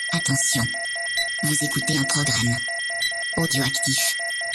Attention, vous écoutez un programme audioactif.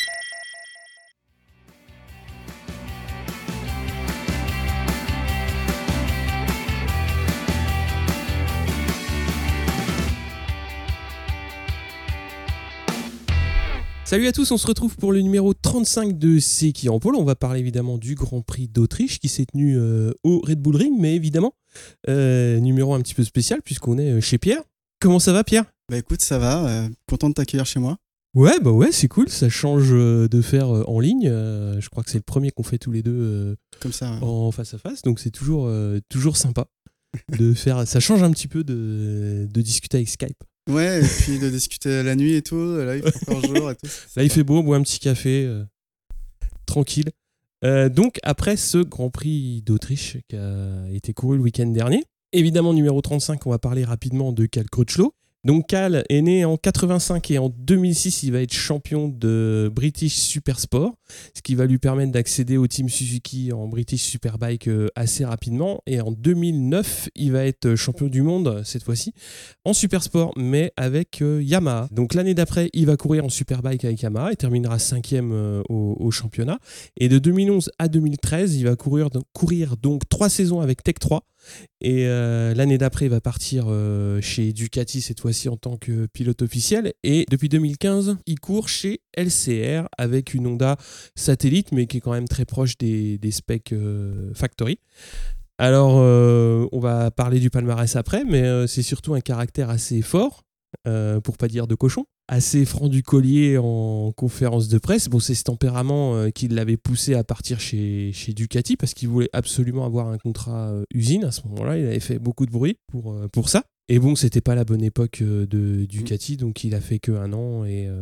Salut à tous, on se retrouve pour le numéro 35 de C'est qui en pôle. On va parler évidemment du Grand Prix d'Autriche qui s'est tenu au Red Bull Ring, mais évidemment, numéro un petit peu spécial puisqu'on est chez Pierre. Comment ça va, Pierre ? Bah écoute, ça va, content de t'accueillir chez moi. Ouais, c'est cool, ça change de faire en ligne. Je crois que c'est le premier qu'on fait tous les deux Comme ça, ouais. en face à face, donc c'est toujours sympa de faire. Ça change un petit peu de discuter avec Skype. Ouais, et puis de discuter la nuit et tout, là il fait encore jour et tout. Là il fait beau, on boit un petit café, tranquille. Donc après ce Grand Prix d'Autriche qui a été couru le week-end dernier, évidemment numéro 35, on va parler rapidement de Cal Crutchlow. Donc Cal est né en 85 et en 2006 il va être champion de British Supersport, ce qui va lui permettre d'accéder au team Suzuki en British Superbike assez rapidement, et en 2009 il va être champion du monde cette fois-ci en Supersport mais avec Yamaha. Donc l'année d'après il va courir en Superbike avec Yamaha et terminera 5e au championnat, et de 2011 à 2013 il va courir donc 3 saisons avec Tech 3. Et l'année d'après, il va partir chez Ducati, cette fois-ci en tant que pilote officiel. Et depuis 2015, il court chez LCR avec une Honda Satellite, mais qui est quand même très proche des specs Factory. Alors, on va parler du palmarès après, mais c'est surtout un caractère assez fort, pour pas dire de cochon. Assez franc du collier en conférence de presse. Bon, c'est ce tempérament qui l'avait poussé à partir chez Ducati parce qu'il voulait absolument avoir un contrat usine. À ce moment-là, il avait fait beaucoup de bruit pour ça. Et bon, c'était pas la bonne époque de Ducati, donc il a fait que 1 an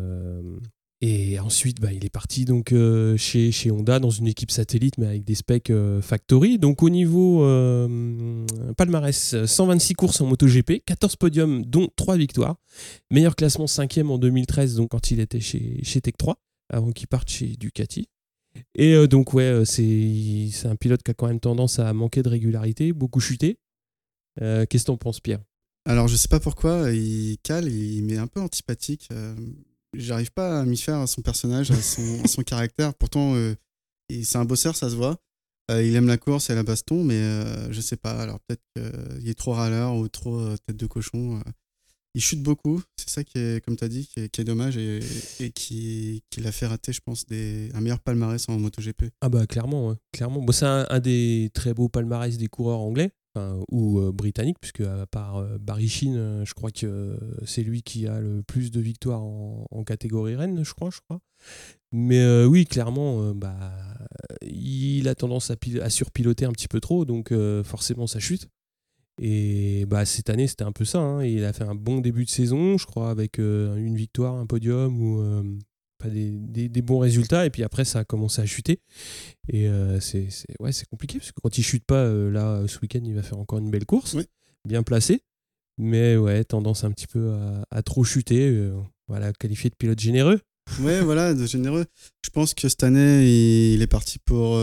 et ensuite, il est parti donc chez Honda dans une équipe satellite, mais avec des specs Factory. Donc au niveau palmarès, 126 courses en MotoGP, 14 podiums, dont 3 victoires. Meilleur classement 5e en 2013, donc quand il était chez Tech 3, avant qu'il parte chez Ducati. Et c'est un pilote qui a quand même tendance à manquer de régularité, beaucoup chuter. Qu'est-ce que t'en penses, Pierre ? Alors je sais pas pourquoi, Cal, il m'est un peu antipathique. J'arrive pas à m'y faire à son personnage, à son caractère. Pourtant, c'est un bosseur, ça se voit. Il aime la course et la baston, mais je sais pas. Alors peut-être qu'il est trop râleur ou trop tête de cochon. Il chute beaucoup, c'est ça qui est, comme tu as dit, qui est dommage et qui l'a fait rater, je pense, un meilleur palmarès en MotoGP. Ah bah clairement, ouais. Clairement. Bon, c'est un des très beaux palmarès des coureurs anglais. Ou britannique, puisque à part Barry Sheene, je crois que c'est lui qui a le plus de victoires en catégorie Rennes, je crois. Mais oui, clairement, il a tendance à surpiloter un petit peu trop, donc forcément ça chute. Et cette année, c'était un peu ça, hein. Il a fait un bon début de saison, je crois, avec une victoire, un podium, ou des bons résultats, et puis après ça a commencé à chuter. Et c'est compliqué parce que quand il chute pas, là ce week-end il va faire encore une belle course, oui. Bien placé, mais ouais, tendance un petit peu à trop chuter, voilà, qualifié de pilote généreux. Ouais, voilà, de généreux. Je pense que cette année il est parti pour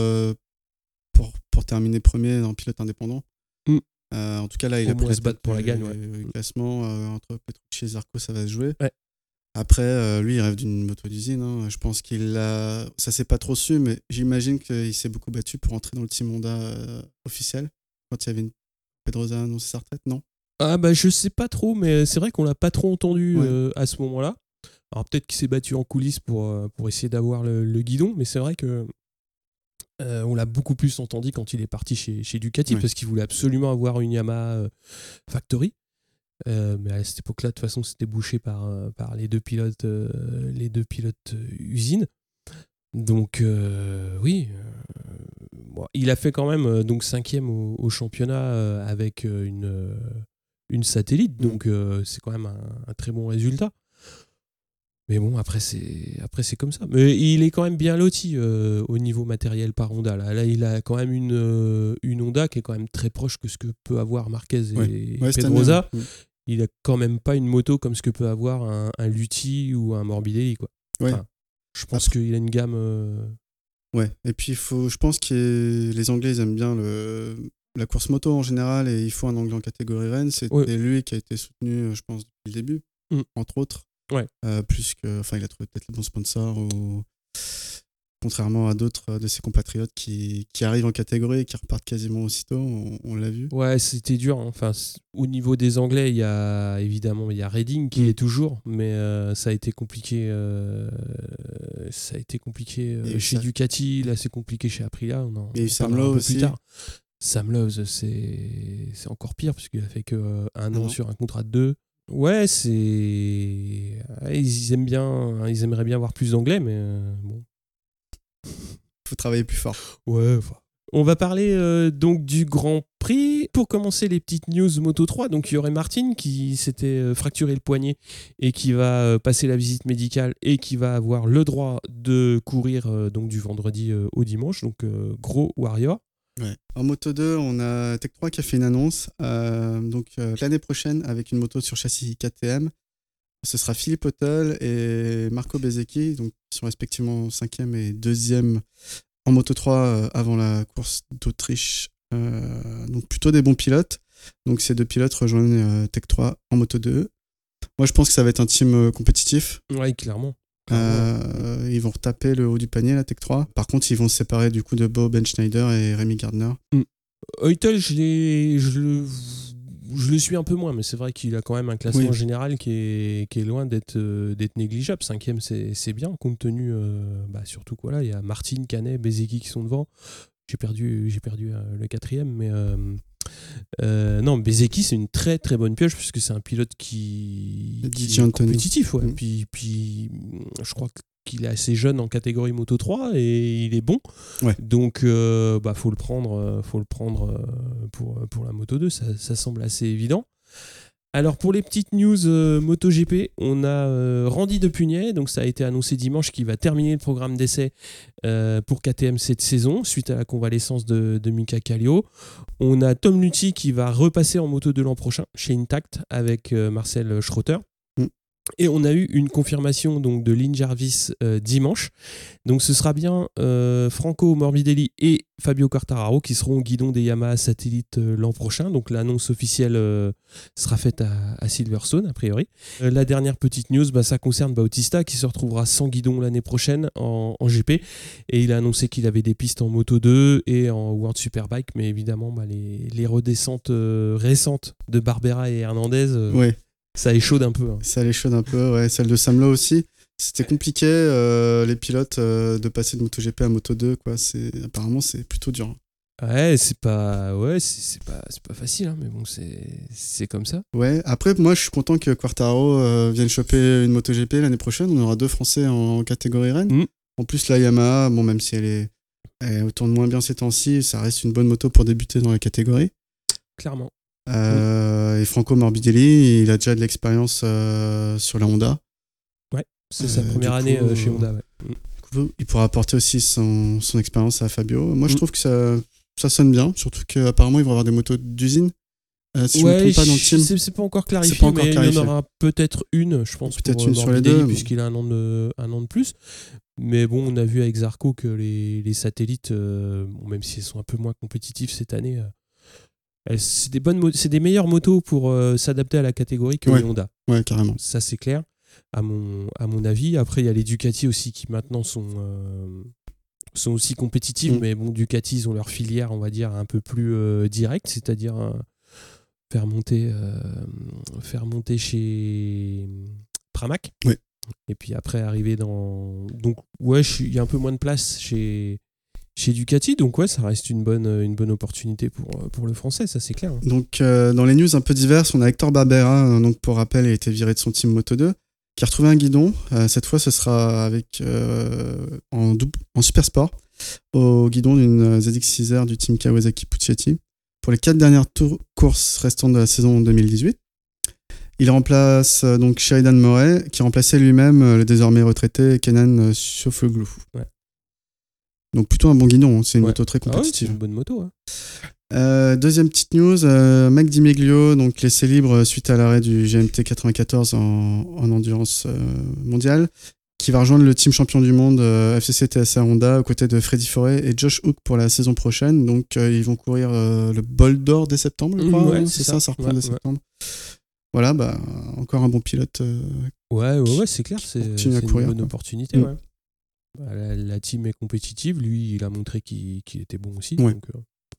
terminer premier en pilote indépendant. En tout cas là il Au a moins se battre pour la gagne, ouais. Le classement entre Petrucci et Zarco, ça va se jouer. Ouais. Après, lui, il rêve d'une moto d'usine. Hein. Je pense ça s'est pas trop su, mais j'imagine qu'il s'est beaucoup battu pour entrer dans le team Honda officiel. Quand il y avait une Pedrosa annoncer sa retraite, non ? Ah je sais pas trop, mais c'est vrai qu'on l'a pas trop entendu à ce moment-là. Alors peut-être qu'il s'est battu en coulisses pour essayer d'avoir le guidon, mais c'est vrai que on l'a beaucoup plus entendu quand il est parti chez Ducati, parce qu'il voulait absolument avoir une Yamaha Factory. Mais à cette époque-là, de toute façon, c'était bouché par les deux pilotes usines. Donc oui, il a fait quand même donc 5e au championnat avec une satellite, donc c'est quand même un très bon résultat. Mais bon, après c'est comme ça. Mais il est quand même bien loti au niveau matériel par Honda. Là, il a quand même une Honda qui est quand même très proche que ce que peut avoir Marquez et Pedrosa. Il a quand même pas une moto comme ce que peut avoir un Lutti ou un Morbidelli, quoi. Ouais. Enfin, je pense qu'il a une gamme. Ouais. Et puis je pense que les Anglais ils aiment bien la course moto en général, et il faut un anglais en catégorie Rennes, c'était lui qui a été soutenu, je pense, depuis le début, entre autres. Ouais. Plus que, enfin, il a trouvé peut-être les bons sponsors, contrairement à d'autres de ses compatriotes qui arrivent en catégorie et qui repartent quasiment aussitôt, on l'a vu. Ouais, c'était dur. Enfin, au niveau des Anglais, il y a Reading qui est toujours, mais ça a été compliqué. Chez Ducati, là c'est compliqué chez Aprilia. Et Sam Lowe aussi. Plus tard. Sam Lowe, c'est encore pire parce qu'il a fait que un an sur un contrat de 2. Ouais, ils aimeraient bien avoir plus d'anglais, mais bon. Faut travailler plus fort. Ouais. On va parler donc du Grand Prix. Pour commencer, les petites news Moto 3. Donc il y aurait Martin qui s'était fracturé le poignet et qui va passer la visite médicale et qui va avoir le droit de courir donc du vendredi au dimanche. Donc gros Warrior. Ouais. En Moto 2, on a Tech 3 qui a fait une annonce. L'année prochaine, avec une moto sur châssis KTM, ce sera Philippe Hotel et Marco Bezzecchi, donc, qui sont respectivement 5e et 2e en Moto 3 avant la course d'Autriche. Donc plutôt des bons pilotes. Donc ces deux pilotes rejoignent Tech 3 en Moto 2. Moi, je pense que ça va être un team compétitif. Ouais, clairement. Ils vont retaper le haut du panier, la Tech 3. Par contre, ils vont se séparer du coup de Bo Benschneider et Rémi Gardner. Eutel, je le suis un peu moins, mais c'est vrai qu'il a quand même un classement général qui est loin d'être négligeable. 5e, c'est bien, compte tenu surtout quoi là, il y a Martin, Canet, Bezzecchi qui sont devant. J'ai perdu le 4e, mais non, Bezzecchi c'est une très très bonne pioche puisque c'est un pilote qui est compétitif. Ouais. Puis je crois qu'il est assez jeune en catégorie Moto 3 et il est bon. Ouais. Donc faut le prendre pour la Moto 2, ça semble assez évident. Alors pour les petites news MotoGP, on a Randy Depugnet, donc ça a été annoncé dimanche qu'il va terminer le programme d'essai pour KTM cette saison suite à la convalescence de Mika Kallio. On a Tom Luthi qui va repasser en Moto 2 l'an prochain chez Intact avec Marcel Schroeter. Et on a eu une confirmation donc, de Lynn Jarvis dimanche. Donc ce sera bien Franco Morbidelli et Fabio Quartararo qui seront au guidon des Yamaha Satellites l'an prochain. Donc l'annonce officielle sera faite à Silverstone a priori. La dernière petite news, ça concerne Bautista qui se retrouvera sans guidon l'année prochaine en GP. Et il a annoncé qu'il avait des pistes en Moto 2 et en World Superbike. Mais évidemment, les redescentes récentes de Barbera et Hernandez... Ça échaude un peu. Hein. Ça l'échaude un peu, ouais. Celle de Sam Lowe aussi. C'était compliqué, les pilotes, de passer de MotoGP à Moto 2, quoi. Apparemment, c'est plutôt dur. Ouais, c'est pas facile, hein, mais bon, c'est comme ça. Ouais, après, moi, je suis content que Quartararo vienne choper une MotoGP l'année prochaine. On aura 2 Français en catégorie Rennes. En plus, la Yamaha, bon, même si elle tourne moins bien ces temps-ci, ça reste une bonne moto pour débuter dans la catégorie. Clairement. Et Franco Morbidelli, il a déjà de l'expérience sur la Honda. Ouais, c'est sa première année chez Honda. Ouais. Du coup, il pourra apporter aussi son expérience à Fabio. Moi, je trouve que ça sonne bien, surtout qu'apparemment, ils vont avoir des motos d'usine. Si je ne me trompe pas dans le team. C'est pas encore clarifié, mais il y en aura peut-être une, je pense, peut-être une sur les deux, puisqu'il a un an de plus. Mais bon, on a vu avec Zarco que les satellites, même si elles sont un peu moins compétitifs cette année, c'est des meilleures motos pour s'adapter à la catégorie que les Honda. Ouais, carrément. Ça, c'est clair, à mon avis. Après, il y a les Ducati aussi qui maintenant sont aussi compétitifs, mais bon, Ducati, ils ont leur filière, on va dire, un peu plus directe, c'est-à-dire faire monter chez Pramac. Oui. Et puis après, arriver dans... Donc, ouais, il y a un peu moins de place chez Ducati, donc ouais, ça reste une bonne opportunité pour le français, ça c'est clair. Donc dans les news un peu diverses, on a Hector Barbera, donc pour rappel, il a été viré de son team Moto 2, qui a retrouvé un guidon. Cette fois, ce sera avec en Super Sport, au guidon d'une ZX6R du team Kawasaki Pucciati, pour les 4 dernières courses restantes de la saison 2018. Il remplace donc Sheridan Moret, qui remplaçait lui-même le désormais retraité Kenan Sofuoglu. Ouais. Donc plutôt un bon guidon, c'est une moto très compétitive. C'est une bonne moto. Ouais. Deuxième petite news, Mike Di Meglio, donc laissé libre suite à l'arrêt du GMT 94 en endurance mondiale, qui va rejoindre le team champion du monde FCC TSR Honda aux côtés de Freddy Forêt et Josh Hook pour la saison prochaine. Donc ils vont courir le Bol d'Or dès septembre, je crois. Ouais, c'est ça reprend dès septembre. Voilà, encore un bon pilote. Ouais, c'est clair, c'est une bonne opportunité. Ouais. La team est compétitive, lui il a montré qu'il était bon aussi. Ouais. Donc,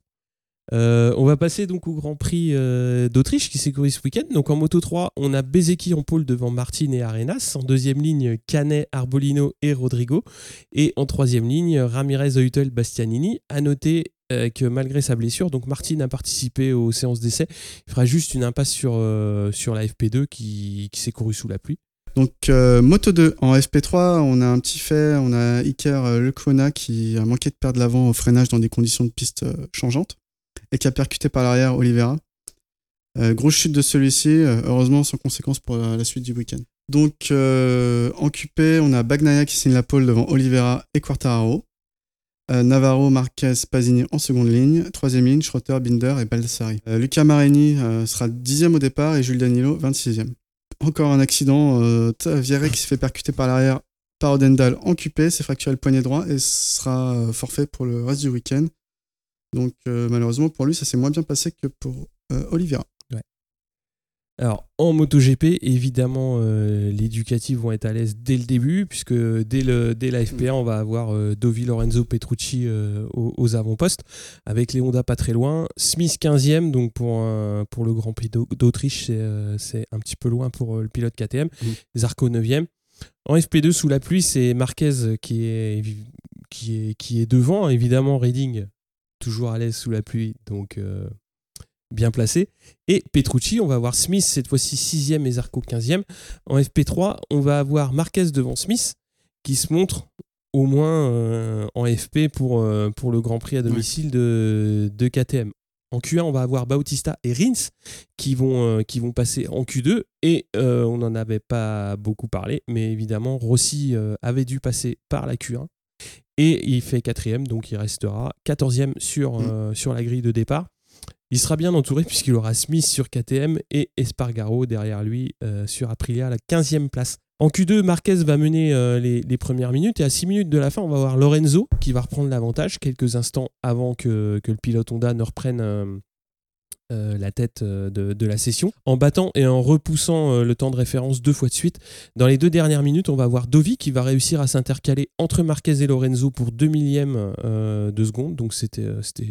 on va passer donc au Grand Prix d'Autriche qui s'est couru ce week-end. Donc en Moto 3, on a Bezzecchi en pôle devant Martin et Arenas. En deuxième ligne, Canet, Arbolino et Rodrigo. Et en troisième ligne, Ramirez, Eutel, Bastianini. À noter que malgré sa blessure, donc Martin a participé aux séances d'essai. Il fera juste une impasse sur la FP2 qui s'est courue sous la pluie. Donc Moto 2, en FP3, on a un petit fait, on a Iker Lecuona qui a manqué de perdre l'avant au freinage dans des conditions de piste changeantes et qui a percuté par l'arrière Oliveira. Grosse chute de celui-ci, heureusement sans conséquence pour la suite du week-end. Donc en QP, on a Bagnaia qui signe la pole devant Oliveira et Quartararo. Navarro, Marquez, Pasini en seconde ligne. Troisième ligne, Schroeter, Binder et Baldassari. Luca Marini sera 10e au départ et Jules Danilo 26e. Encore un accident, Vieret qui se fait percuter par l'arrière par Odendal en QP, s'est fracturé le poignet droit et sera forfait pour le reste du week-end. Donc malheureusement pour lui, ça s'est moins bien passé que pour Oliveira. Ouais. Alors en MotoGP, évidemment, les Ducati vont être à l'aise dès le début, puisque dès la FP1, on va avoir Dovi, Lorenzo, Petrucci aux avant-postes, avec les Honda pas très loin. Smith 15e, donc pour le Grand Prix d'Autriche, c'est un petit peu loin pour le pilote KTM. Zarco 9e. En FP2, sous la pluie, c'est Marquez qui est devant, évidemment. Redding toujours à l'aise sous la pluie, donc bien placé. Et Petrucci, on va avoir Smith cette fois-ci 6e et Zarco 15e. En FP3, on va avoir Marquez devant Smith, qui se montre au moins en FP pour le Grand Prix à domicile de KTM. En Q1, on va avoir Bautista et Rins qui vont passer en Q2. Et on n'en avait pas beaucoup parlé, mais évidemment, Rossi avait dû passer par la Q1. Et il fait 4e, donc il restera 14e sur la grille de départ. Il sera bien entouré puisqu'il aura Smith sur KTM et Espargaro derrière lui sur Aprilia à la 15e place. En Q2, Marquez va mener les premières minutes et à 6 minutes de la fin, on va voir Lorenzo qui va reprendre l'avantage quelques instants avant que le pilote Honda ne reprenne la tête de la session. En battant et en repoussant le temps de référence 2 fois de suite, dans les 2 dernières minutes, on va voir Dovi qui va réussir à s'intercaler entre Marquez et Lorenzo pour 2 millièmes de seconde. Donc c'était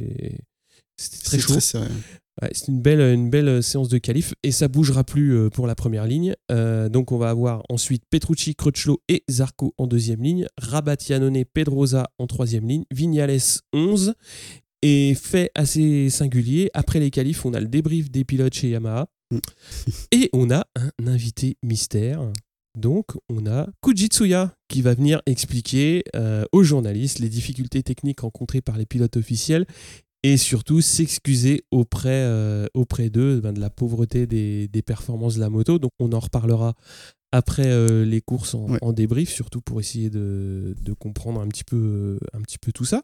très chaud. Ouais, c'est une belle séance de qualif et ça bougera plus pour la première ligne. Donc on va avoir ensuite Petrucci, Crutchlow et Zarco en deuxième ligne, Rabat, Iannone, Pedrosa en troisième ligne, Vignales 11. Et fait assez singulier, après les qualifs, on a le débrief des pilotes chez Yamaha et on a un invité mystère. Donc, on a Kujitsuya qui va venir expliquer aux journalistes les difficultés techniques rencontrées par les pilotes officiels et surtout s'excuser auprès d'eux de la pauvreté des performances de la moto. Donc, on en reparlera après les courses en débrief, surtout pour essayer de comprendre un petit peu tout ça.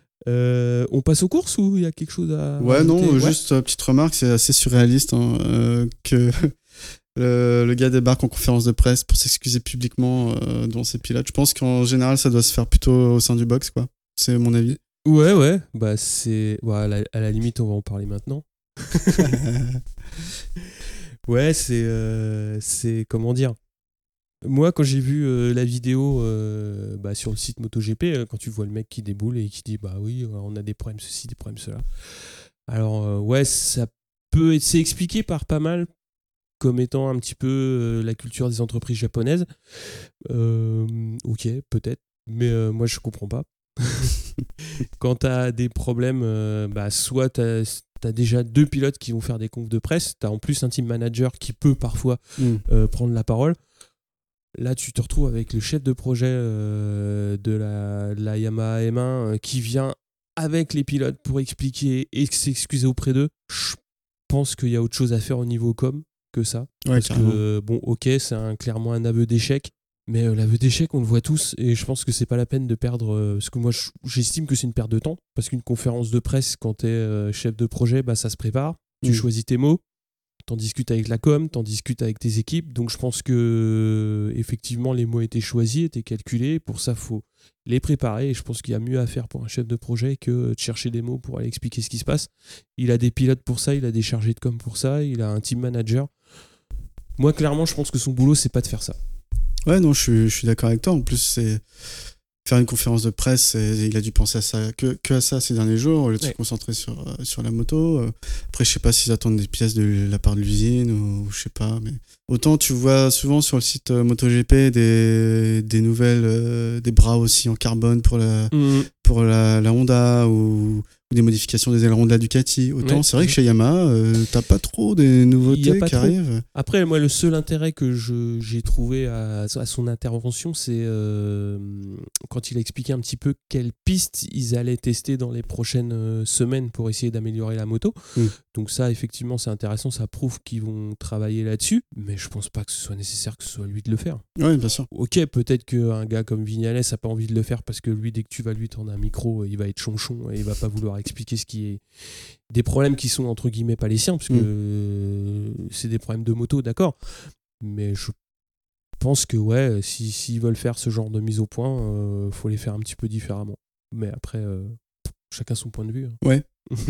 On passe aux courses ou il y a quelque chose à rajouter? Juste petite remarque, c'est assez surréaliste que le gars débarque en conférence de presse pour s'excuser publiquement devant ses pilotes. Je pense qu'en général ça doit se faire plutôt au sein du box, quoi. C'est mon avis. Ouais, bah c'est à la limite on va en parler maintenant. Ouais, c'est comment dire. Moi, quand j'ai vu la vidéo sur le site MotoGP, quand tu vois le mec qui déboule et qui dit bah oui, on a des problèmes ceci, des problèmes cela. Alors ça c'est expliqué par pas mal comme étant un petit peu la culture des entreprises japonaises. Ok, peut-être, mais moi je comprends pas. Quand t'as des problèmes, soit t'as déjà 2 pilotes qui vont faire des confs de presse, t'as en plus un team manager qui peut parfois prendre la parole. Là, tu te retrouves avec le chef de projet de la Yamaha M1 qui vient avec les pilotes pour expliquer et s'excuser auprès d'eux. Je pense qu'il y a autre chose à faire au niveau com que ça. Ouais, parce que, c'est clairement un aveu d'échec. Mais l'aveu d'échec, on le voit tous. Et je pense que c'est pas la peine de perdre... parce que moi, j'estime que c'est une perte de temps. Parce qu'une conférence de presse, quand t'es chef de projet, ça se prépare. Tu choisis tes mots. T'en discutes avec la com, t'en discutes avec tes équipes. Donc je pense que effectivement les mots étaient choisis, étaient calculés. Pour ça, faut les préparer. Et je pense qu'il y a mieux à faire pour un chef de projet que de chercher des mots pour aller expliquer ce qui se passe. Il a des pilotes pour ça, il a des chargés de com pour ça, il a un team manager. Moi, clairement, je pense que son boulot, c'est pas de faire ça. Ouais, non, je suis d'accord avec toi. En plus, c'est faire une conférence de presse, il a dû penser à ça, que à ça ces derniers jours, au lieu de se concentrer sur la moto. Après, je sais pas s'ils attendent des pièces de la part de l'usine ou je sais pas. Mais autant tu vois souvent sur le site MotoGP des nouvelles, des bras aussi en carbone pour la Honda ou des modifications des ailerons de la Ducati. Autant c'est vrai que chez Yamaha, t'as pas trop des nouveautés qui arrivent. Après, moi, le seul intérêt que j'ai trouvé à son intervention, c'est quand il a expliqué un petit peu quelles pistes ils allaient tester dans les prochaines semaines pour essayer d'améliorer la moto. Donc ça, effectivement, c'est intéressant. Ça prouve qu'ils vont travailler là-dessus. Mais je pense pas que ce soit nécessaire que ce soit lui de le faire. Oui, bien sûr. Ok, peut-être qu'un gars comme Vignales n'a pas envie de le faire parce que lui, dès que tu vas lui tendre un micro, il va être chonchon et il va pas vouloir expliquer ce qui est des problèmes qui sont entre guillemets pas les siens parce que c'est des problèmes de moto, d'accord, mais je pense que ouais, s'ils veulent faire ce genre de mise au point, faut les faire un petit peu différemment, mais après chacun son point de vue, hein. Ouais.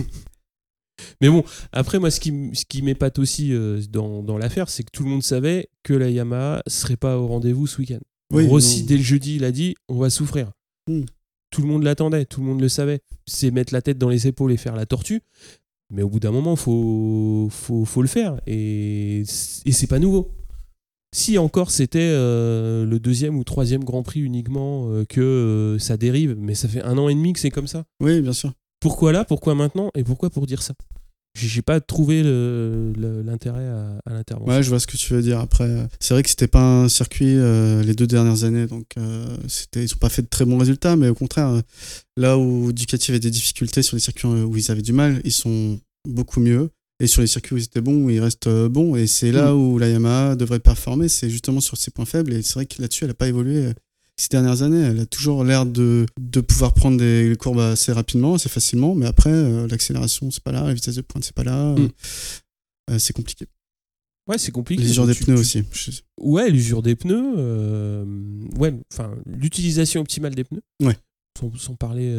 Mais bon, après moi ce qui m'épate aussi dans l'affaire, c'est que tout le monde savait que la Yamaha serait pas au rendez-vous ce week-end. Rossi dès le jeudi il a dit on va souffrir. Tout le monde l'attendait, tout le monde le savait. C'est mettre la tête dans les épaules et faire la tortue. Mais au bout d'un moment, faut le faire. Et c'est pas nouveau. Si encore c'était le 2e ou 3e Grand Prix uniquement que ça dérive, mais ça fait 1 an et demi que c'est comme ça. Oui, bien sûr. Pourquoi là, pourquoi maintenant et pourquoi pour dire ça ? J'ai pas trouvé l'intérêt à l'intervention. Ouais, je vois ce que tu veux dire. Après, c'est vrai que c'était pas un circuit les 2 dernières années, donc ils ont pas fait de très bons résultats, mais au contraire, là où Ducati avait des difficultés sur les circuits où ils avaient du mal, ils sont beaucoup mieux. Et sur les circuits où ils étaient bons, ils restent bons. Et c'est là où la Yamaha devrait performer, c'est justement sur ses points faibles. Et c'est vrai que là-dessus, elle a pas évolué ces dernières années. Elle a toujours l'air de pouvoir prendre des courbes assez rapidement, assez facilement, mais après, l'accélération, c'est pas là, la vitesse de pointe, c'est pas là. C'est compliqué. Ouais, c'est compliqué. L'usure des pneus aussi. Ouais, l'usure des pneus. Ouais, enfin, l'utilisation optimale des pneus. Ouais. Sans parler,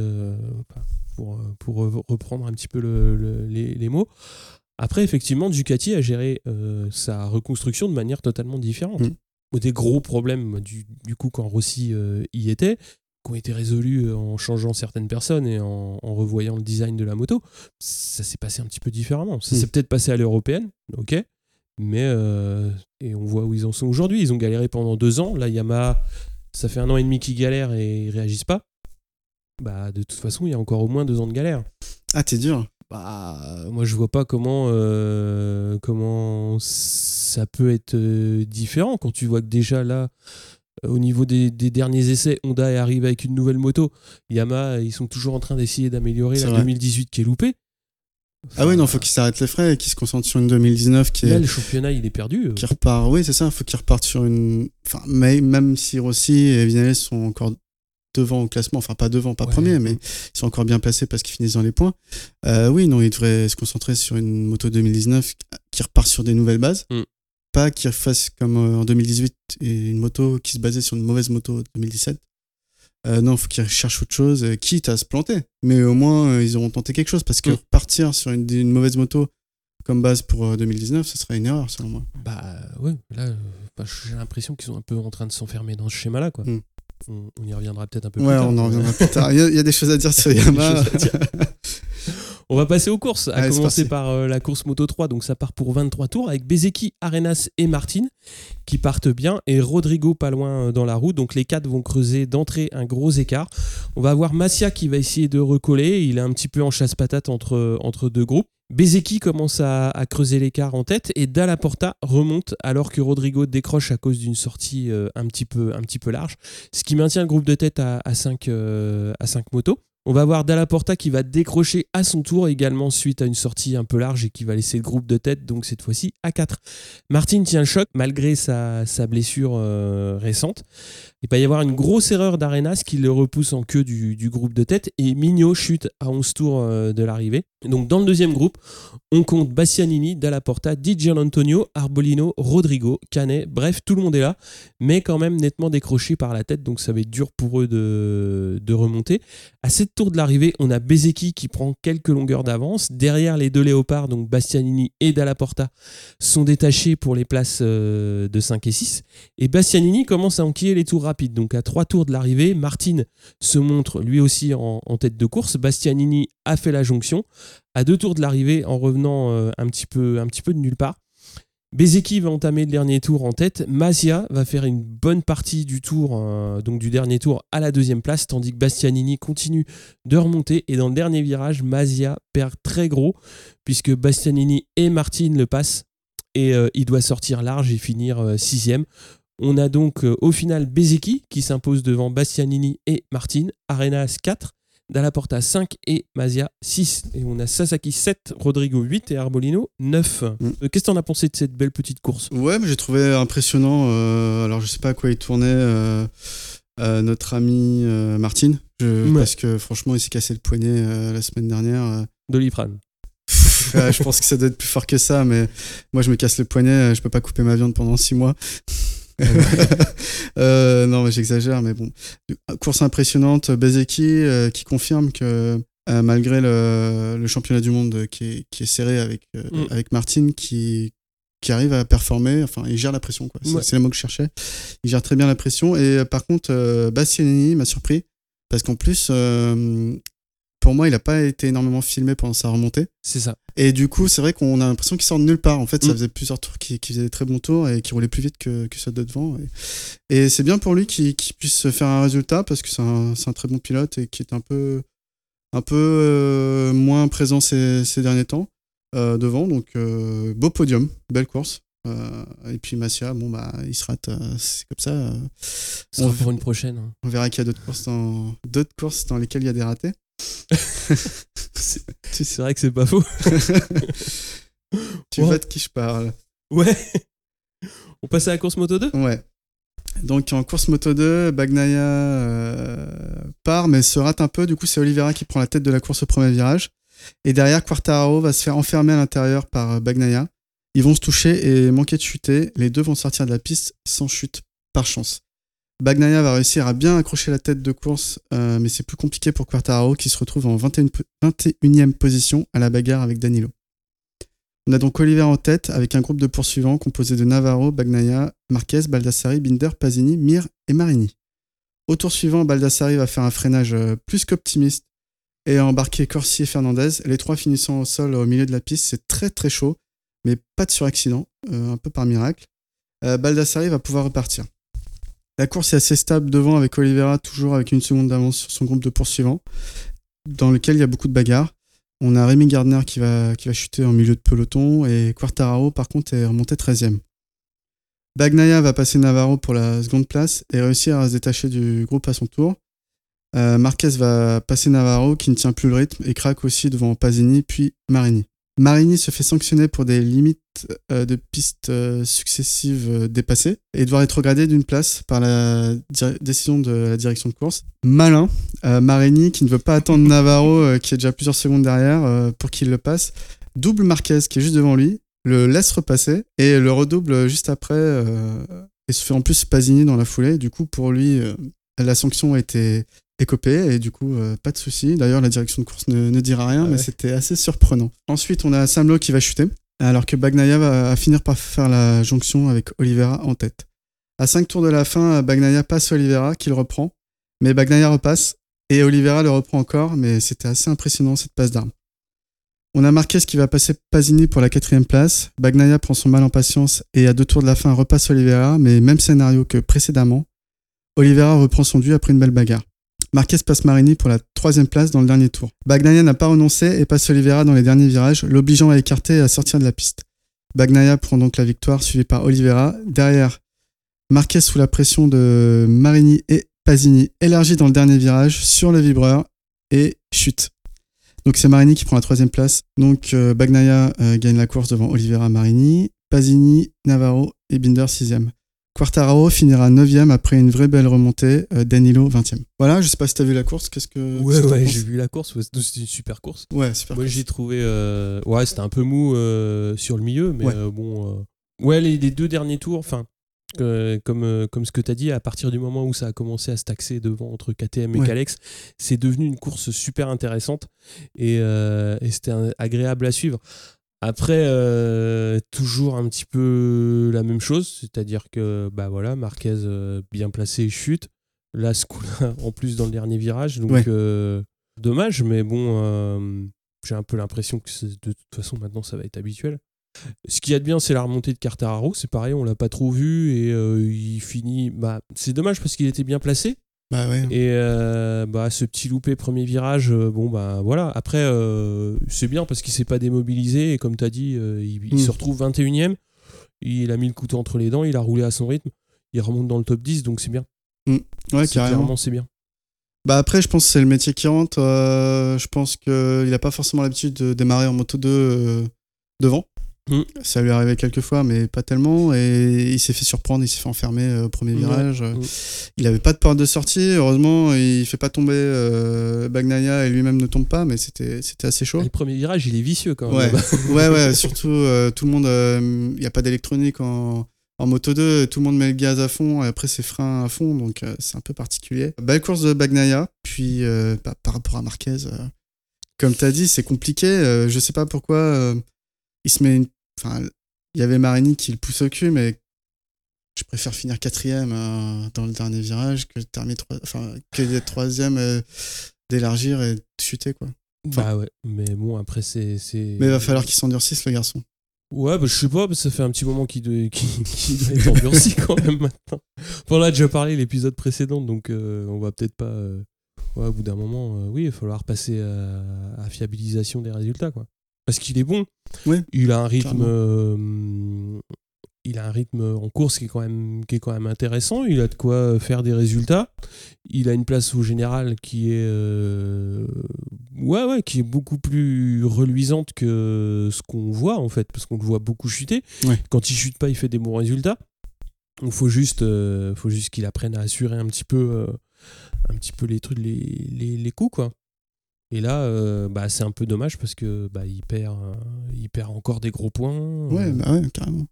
pour reprendre un petit peu les mots. Après, effectivement, Ducati a géré sa reconstruction de manière totalement différente. Des gros problèmes, du coup, quand Rossi y était, qui ont été résolus en changeant certaines personnes et en revoyant le design de la moto, ça s'est passé un petit peu différemment. Ça s'est peut-être passé à l'européenne, ok, mais et on voit où ils en sont aujourd'hui. Ils ont galéré pendant 2 ans. Là, Yamaha, ça fait 1 an et demi qu'ils galèrent et ils réagissent pas. Bah, de toute façon, il y a encore au moins 2 ans de galère. Ah, t'es dur. Bah, moi, je vois pas comment ça peut être différent quand tu vois que déjà là, au niveau des derniers essais, Honda est arrivé avec une nouvelle moto. Yamaha, ils sont toujours en train d'essayer d'améliorer la 2018 qui est loupée. Enfin, ah oui, non, faut qu'ils s'arrêtent les frais et qu'ils se concentrent sur une 2019 qui est... Là, le championnat, il est perdu. Qui repart, oui, c'est ça, faut qu'ils repartent sur une... Enfin, même si Rossi et Vignales sont encore devant au classement, enfin pas devant, pas premier, mais ils sont encore bien placés parce qu'ils finissent dans les points. Oui, non, ils devraient se concentrer sur une moto 2019 qui repart sur des nouvelles bases. Pas qu'ils refassent comme en 2018 et une moto qui se basait sur une mauvaise moto 2017. Non, il faut qu'ils cherchent autre chose, quitte à se planter. Mais au moins, ils auront tenté quelque chose parce que repartir sur une mauvaise moto comme base pour 2019, ce serait une erreur selon moi. Bah ouais, là, j'ai l'impression qu'ils sont un peu en train de s'enfermer dans ce schéma-là, quoi. On y reviendra peut-être un peu plus tard. Ouais, on en reviendra plus tard. Il y a des choses à dire sur Yamaha. On va passer aux courses, à commencer par la course Moto 3. Donc ça part pour 23 tours avec Bezzecchi, Arenas et Martin qui partent bien et Rodrigo pas loin dans la roue. Donc les 4 vont creuser d'entrée un gros écart. On va avoir Massia qui va essayer de recoller. Il est un petit peu en chasse-patate entre 2 groupes. Bezzecchi commence à creuser l'écart en tête et Dalla Porta remonte alors que Rodrigo décroche à cause d'une sortie un petit peu large, ce qui maintient le groupe de tête à 5 motos. On va voir Dalla Porta qui va décrocher à son tour également suite à une sortie un peu large et qui va laisser le groupe de tête, donc cette fois-ci à 4. Martin tient le choc malgré sa blessure récente. Il va y avoir une grosse erreur d'Arenas qui le repousse en queue du groupe de tête et Mignot chute à 11 tours de l'arrivée. Donc dans le deuxième groupe, on compte Bastianini, Dalla Porta, Di Gianantonio, Arbolino, Rodrigo, Canet, bref, tout le monde est là, mais quand même nettement décroché par la tête, donc ça va être dur pour eux de remonter. À 7 tours de l'arrivée, on a Bezzecchi qui prend quelques longueurs d'avance. Derrière, les deux léopards, donc Bastianini et Dalla Porta, sont détachés pour les places de 5 et 6. Et Bastianini commence à enquiller les tours rapides. Donc à 3 tours de l'arrivée, Martin se montre lui aussi en tête de course. Bastianini a fait la jonction. À 2 tours de l'arrivée, en revenant un petit peu de nulle part, Bezzecchi va entamer le dernier tour en tête. Masia va faire une bonne partie du tour, donc du dernier tour, à la deuxième place, tandis que Bastianini continue de remonter. Et dans le dernier virage, Masia perd très gros, puisque Bastianini et Martin le passent. Et il doit sortir large et finir 6e. On a donc au final Bezzecchi qui s'impose devant Bastianini et Martin. Arenas 4. Dalla Porta 5 et Masia 6. Et on a Sasaki 7, Rodrigo 8 et Arbolino 9. Qu'est-ce que t'en as pensé de cette belle petite course ? Ouais, mais j'ai trouvé impressionnant. Alors, je sais pas à quoi il tournait notre ami Martin. Parce que franchement, il s'est cassé le poignet la semaine dernière. Doliprane. Je pense que ça doit être plus fort que ça, mais moi, je me casse le poignet. Je peux pas couper ma viande pendant 6 mois. Non, mais j'exagère, mais bon. Course impressionnante. Bezzecchi qui confirme que malgré le championnat du monde qui est serré avec Martin, qui arrive à performer, enfin, il gère la pression, quoi. C'est le mot que je cherchais. Il gère très bien la pression. Et par contre, Bastianini m'a surpris parce qu'en plus, pour moi, il n'a pas été énormément filmé pendant sa remontée. C'est ça. Et du coup, c'est vrai qu'on a l'impression qu'il sort de nulle part. En fait, ça faisait plusieurs tours qui faisaient des très bons tours et qui roulaient plus vite que ceux de devant. Et c'est bien pour lui qu'il puisse faire un résultat parce que c'est un très bon pilote et qui est un peu moins présent ces derniers temps devant. Donc, beau podium, belle course. Et puis Masia, bon, bah, il se rate, c'est comme ça. Ça sera pour une prochaine. On verra qu'il y a d'autres courses dans lesquelles il y a des ratés. C'est vrai que c'est pas faux. Tu vois de qui je parle. Ouais. On passe à la course Moto 2 ? Ouais. Donc en course Moto 2, Bagnaia part mais se rate un peu. Du coup, c'est Oliveira qui prend la tête de la course au premier virage. Et derrière, Quartararo va se faire enfermer à l'intérieur par Bagnaia. Ils vont se toucher et manquer de chuter. Les deux vont sortir de la piste sans chute, par chance. Bagnaia va réussir à bien accrocher la tête de course, mais c'est plus compliqué pour Quartararo qui se retrouve en 21e position à la bagarre avec Danilo. On a donc Oliveira en tête avec un groupe de poursuivants composé de Navarro, Bagnaia, Marquez, Baldassari, Binder, Pasini, Mir et Marini. Au tour suivant, Baldassari va faire un freinage plus qu'optimiste et embarquer Corsi et Fernandez. Les trois finissant au sol au milieu de la piste, c'est très très chaud, mais pas de suraccident, un peu par miracle. Baldassari va pouvoir repartir. La course est assez stable devant avec Oliveira toujours avec une seconde d'avance sur son groupe de poursuivants dans lequel il y a beaucoup de bagarres. On a Rémi Gardner qui va chuter en milieu de peloton et Quartararo par contre est remonté 13e. Bagnaia va passer Navarro pour la seconde place et réussir à se détacher du groupe à son tour. Marquez va passer Navarro qui ne tient plus le rythme et craque aussi devant Pasini puis Marini. Marini se fait sanctionner pour des limites de pistes successives dépassées et doit rétrograder d'une place par la décision de la direction de course. Malin, Marini qui ne veut pas attendre Navarro qui est déjà plusieurs secondes derrière pour qu'il le passe, double Marquez qui est juste devant lui, le laisse repasser et le redouble juste après et se fait en plus Pasini dans la foulée. Du coup pour lui la sanction a été écopée et du coup pas de souci. D'ailleurs la direction de course ne dira rien, mais c'était assez surprenant. Ensuite on a Sam Lowe qui va chuter alors que Bagnaia va finir par faire la jonction avec Oliveira en tête. À 5 tours de la fin, Bagnaia passe Oliveira qui le reprend, mais Bagnaia repasse et Oliveira le reprend encore, mais c'était assez impressionnant cette passe d'armes. On a Marquez qui va passer Pasini pour la 4e place. Bagnaia prend son mal en patience et à 2 tours de la fin repasse Oliveira, mais même scénario que précédemment. Oliveira reprend son dû après une belle bagarre. Marquez passe Marini pour la 3e place dans le dernier tour. Bagnaia n'a pas renoncé et passe Oliveira dans les derniers virages, l'obligeant à écarter et à sortir de la piste. Bagnaia prend donc la victoire, suivi par Oliveira. Derrière, Marquez sous la pression de Marini et Pasini élargit dans le dernier virage sur le vibreur et chute. Donc c'est Marini qui prend la 3e place. Donc Bagnaia gagne la course devant Oliveira, Marini, Pasini, Navarro et Binder 6e. Quartararo finira 9e après une vraie belle remontée. Danilo 20e. Voilà, je sais pas si t'as vu la course. Qu'est-ce que Ouais, j'ai vu la course. C'était une super course. Ouais, super. Moi, j'ai trouvé. Ouais, c'était un peu mou sur le milieu, mais Ouais. bon. Ouais, les 2 derniers tours, enfin. Comme ce que tu as dit, à partir du moment où ça a commencé à se taxer devant entre KTM et Ouais. Calex, c'est devenu une course super intéressante et c'était agréable à suivre. Après, toujours un petit peu la même chose, c'est-à-dire que bah voilà, Marquez bien placé chute. Là, ce coup-là, en plus dans le dernier virage, donc Ouais. dommage, mais bon, j'ai un peu l'impression que de toute façon maintenant ça va être habituel. Ce qu'il y a de bien, c'est la remontée de Quartararo. C'est pareil, on l'a pas trop vu et il finit. Bah, c'est dommage parce qu'il était bien placé. Bah ouais. Et ce petit loupé premier virage, bon bah voilà. Après, c'est bien parce qu'il s'est pas démobilisé et comme tu as dit, il se retrouve 21e. Il a mis le couteau entre les dents, il a roulé à son rythme. Il remonte dans le top 10, donc c'est bien. Ouais, carrément. Clairement, c'est bien. Bah après, je pense que c'est le métier qui rentre. Je pense qu'il a pas forcément l'habitude de démarrer en moto 2 devant. Ça lui est arrivé quelques fois, mais pas tellement. Et il s'est fait surprendre, il s'est fait enfermer au premier virage. Il avait pas de porte de sortie. Heureusement, il fait pas tomber Bagnaia et lui-même ne tombe pas, mais c'était assez chaud. Et le premier virage, il est vicieux quand même. Ouais. Surtout, tout le monde. Il n'y a pas d'électronique en moto 2. Tout le monde met le gaz à fond et après ses freins à fond. Donc, c'est un peu particulier. Belle course de Bagnaia. Puis, par rapport à Marquez, comme tu as dit, c'est compliqué. Je sais pas pourquoi. Il se met il y avait Marini qui le pousse au cul, mais je préfère finir 4e dans le dernier virage que d'être 3e, d'élargir et de chuter, quoi. Bah ouais, mais bon, après c'est... Mais il va falloir qu'il s'endurcisse, le garçon. Ouais, bah je sais pas, ça fait un petit moment qu'il doit être endurci quand même maintenant. Bon, là, déjà parlé l'épisode précédent, donc on va peut-être pas... Ouais, au bout d'un moment, oui, il va falloir passer à fiabilisation des résultats, quoi. Parce qu'il est bon. Ouais, il a un rythme en course qui est quand même intéressant. Il a de quoi faire des résultats. Il a une place au général qui est qui est beaucoup plus reluisante que ce qu'on voit en fait, parce qu'on le voit beaucoup chuter. Ouais. Quand il chute pas, il fait des bons résultats. Il faut juste qu'il apprenne à assurer un petit peu les trucs, les coups, quoi. Et là, c'est un peu dommage parce que il perd encore des gros points. Ouais, carrément.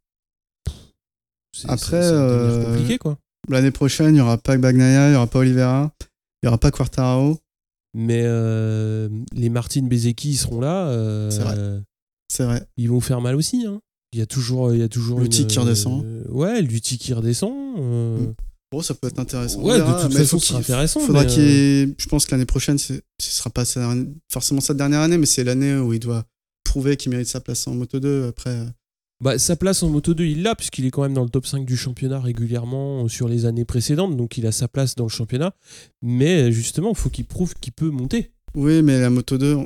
Après, ça va devenir compliqué, quoi. L'année prochaine, il n'y aura pas Bagnaia, il n'y aura pas Oliveira, il n'y aura pas Quartararo. Mais les Martin Bezecchi, ils seront là. C'est vrai. Ils vont faire mal aussi. Hein. Il y a toujours Lutti qui redescend. Lutti qui redescend. Bon, ça peut être intéressant. Ouais, de toute façon, ce sera intéressant. Je pense que l'année prochaine, ce sera pas forcément sa dernière année, mais c'est l'année où il doit prouver qu'il mérite sa place en Moto 2. Après. Sa place en Moto 2, il l'a, puisqu'il est quand même dans le top 5 du championnat régulièrement sur les années précédentes, donc il a sa place dans le championnat. Mais justement, il faut qu'il prouve qu'il peut monter. Oui, mais la Moto 2,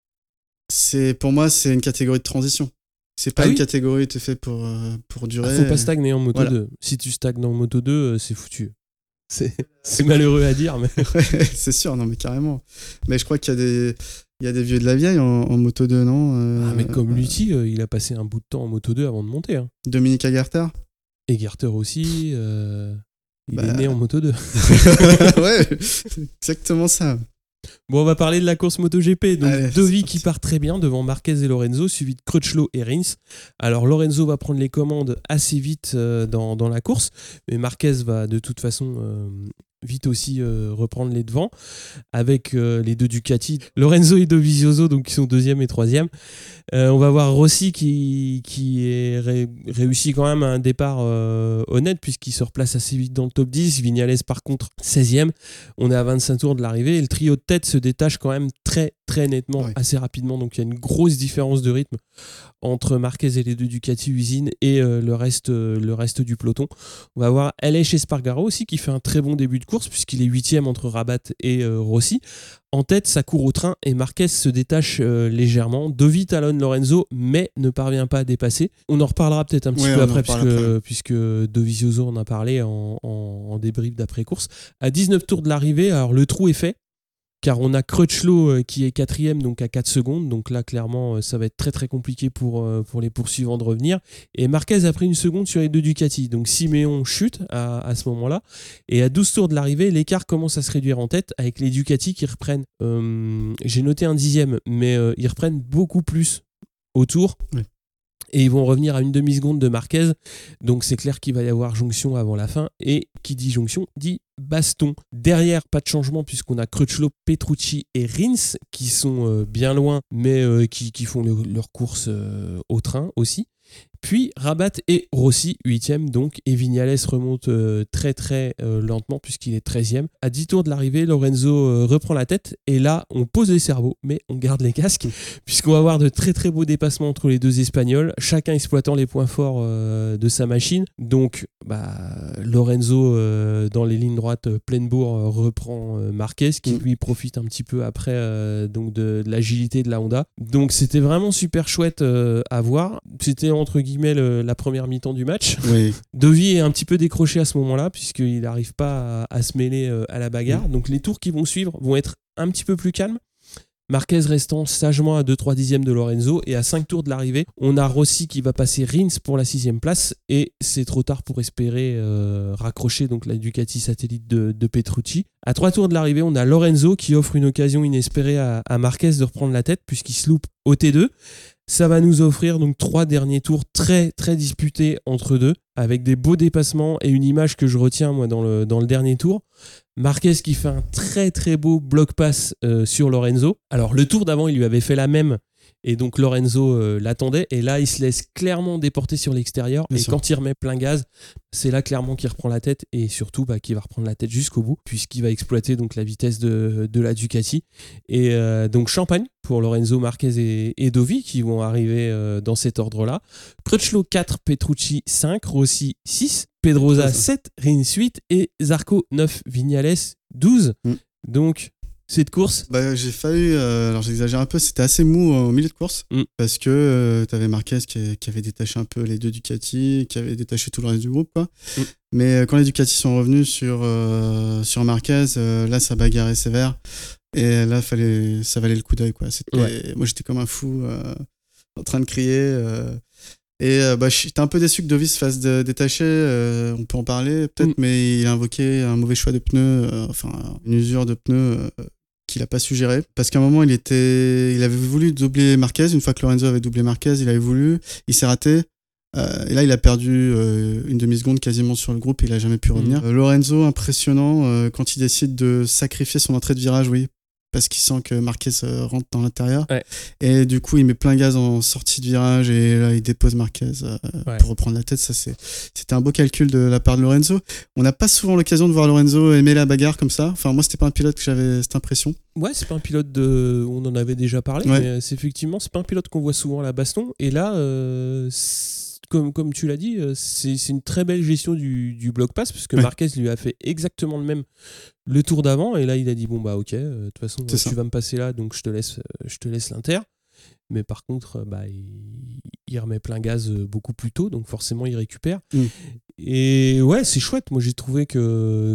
pour moi, c'est une catégorie de transition. C'est pas une catégorie qui est faite pour durer. Faut pas stagner en Moto 2. Si tu stagnes en Moto 2, c'est foutu. C'est malheureux à dire, mais... Ouais, c'est sûr, non mais carrément. Mais je crois qu'il y a des vieux de la vieille en Moto 2, non mais comme Lutti, il a passé un bout de temps en Moto 2 avant de monter. Hein. Dominique Agarter. Egerter aussi, il est né en Moto 2. Ouais, exactement ça. Bon, on va parler de la course MotoGP. Donc, Allez, Dovi qui part très bien devant Marquez et Lorenzo, suivi de Crutchlow et Rins. Alors, Lorenzo va prendre les commandes assez vite dans la course, mais Marquez va de toute façon vite aussi reprendre les devants avec les deux Ducati, Lorenzo et Dovizioso, donc qui sont 2e et 3e. On va voir Rossi qui est réussi quand même à un départ honnête puisqu'il se replace assez vite dans le top 10. Vignales par contre 16e. On est à 25 tours de l'arrivée et le trio de tête se détache quand même très très nettement, assez rapidement. Donc il y a une grosse différence de rythme entre Marquez et les deux Ducati usine et le reste du peloton. On va voir Aleix Espargaro aussi qui fait un très bon début de course puisqu'il est 8e entre Rabat et Rossi. En tête, ça court au train et Marquez se détache légèrement. Dovi talonne Lorenzo, mais ne parvient pas à dépasser. On en reparlera peut-être un petit peu après, puisque Dovizioso en a parlé en débrief d'après-course. À 19 tours de l'arrivée, alors le trou est fait. car on a Crutchlow qui est 4e, donc à 4 secondes. Donc là, clairement, ça va être très très compliqué pour les poursuivants de revenir. Et Marquez a pris 1 seconde sur les 2 Ducati. Donc Siméon chute à ce moment-là. Et à 12 tours de l'arrivée, l'écart commence à se réduire en tête avec les Ducati qui reprennent, j'ai noté 1 dixième, mais ils reprennent beaucoup plus au tour. Oui. Et ils vont revenir à 1 demi-seconde de Marquez. Donc c'est clair qu'il va y avoir jonction avant la fin. Et qui dit jonction dit baston. Derrière, pas de changement puisqu'on a Crutchlow, Petrucci et Rins qui sont bien loin, mais qui font leur course au train aussi. Puis Rabat et Rossi, 8e donc, et Viñales remonte très très lentement puisqu'il est 13e. À 10 tours de l'arrivée, Lorenzo reprend la tête et là on pose les cerveaux mais on garde les casques puisqu'on va avoir de très très beaux dépassements entre les deux Espagnols, chacun exploitant les points forts de sa machine. Donc Lorenzo dans les lignes droites pleine bourre reprend Marquez qui lui profite un petit peu après donc de l'agilité de la Honda. Donc c'était vraiment super chouette à voir. C'était entre guillemets la première mi-temps du match. Oui. Dovi est un petit peu décroché à ce moment-là puisqu'il n'arrive pas à se mêler à la bagarre. Donc les tours qui vont suivre vont être un petit peu plus calmes. Marquez restant sagement à 2-3 dixièmes de Lorenzo et à 5 tours de l'arrivée, on a Rossi qui va passer Rins pour la 6e place et c'est trop tard pour espérer raccrocher donc la Ducati satellite de Petrucci. À 3 tours de l'arrivée, on a Lorenzo qui offre une occasion inespérée à Marquez de reprendre la tête puisqu'il se loupe au T2. Ça va nous offrir donc 3 derniers tours très très disputés entre deux avec des beaux dépassements et une image que je retiens moi dans le dernier tour. Marquez qui fait un très très beau bloc pass sur Lorenzo. Alors le tour d'avant il lui avait fait la même et donc Lorenzo l'attendait et là il se laisse clairement déporter sur l'extérieur. Bien et sûr. Quand il remet plein gaz, c'est là clairement qu'il reprend la tête et surtout qu'il va reprendre la tête jusqu'au bout puisqu'il va exploiter donc la vitesse de la Ducati. Et donc champagne pour Lorenzo, Marquez et Dovi qui vont arriver dans cet ordre-là. Crutchlow 4, Petrucci 5, Rossi 6, Pedrosa 7, Rins 8 et Zarco 9, Viñales 12. Donc cette course j'ai failli, alors j'exagère un peu, c'était assez mou au milieu de course parce que t'avais Marquez qui avait détaché un peu les 2 Ducati, qui avait détaché tout le reste du groupe quoi. Mais quand les Ducati sont revenus sur Marquez, là ça bagarrait sévère et là ça valait le coup d'œil quoi. Moi j'étais comme un fou en train de crier j'étais un peu déçu que Dovi se fasse détacher, on peut en parler peut-être, mais il a invoqué un mauvais choix de pneus, une usure de pneus qu'il n'a pas su gérer. Parce qu'à un moment, il avait voulu doubler Marquez, une fois que Lorenzo avait doublé Marquez, il avait voulu, il s'est raté. Et là, il a perdu 1 demi-seconde quasiment sur le groupe, il n'a jamais pu revenir. Lorenzo, impressionnant, quand il décide de sacrifier son entrée de virage, oui, parce qu'il sent que Marquez rentre dans l'intérieur. Ouais. Et du coup, il met plein gaz en sortie de virage et là, il dépose Marquez pour reprendre la tête. Ça, c'était un beau calcul de la part de Lorenzo. On n'a pas souvent l'occasion de voir Lorenzo aimer la bagarre comme ça. Enfin, moi, c'était pas un pilote que j'avais cette impression. Ouais, c'est pas un pilote on en avait déjà parlé, mais c'est pas un pilote qu'on voit souvent à la baston. Et là, comme tu l'as dit, c'est une très belle gestion du bloc pass parce que Marquez lui a fait exactement le tour d'avant et là il a dit bon ok, de toute façon tu vas me passer là donc je te laisse l'inter. Mais par contre il remet plein gaz beaucoup plus tôt donc forcément il récupère. Et ouais, c'est chouette. Moi j'ai trouvé que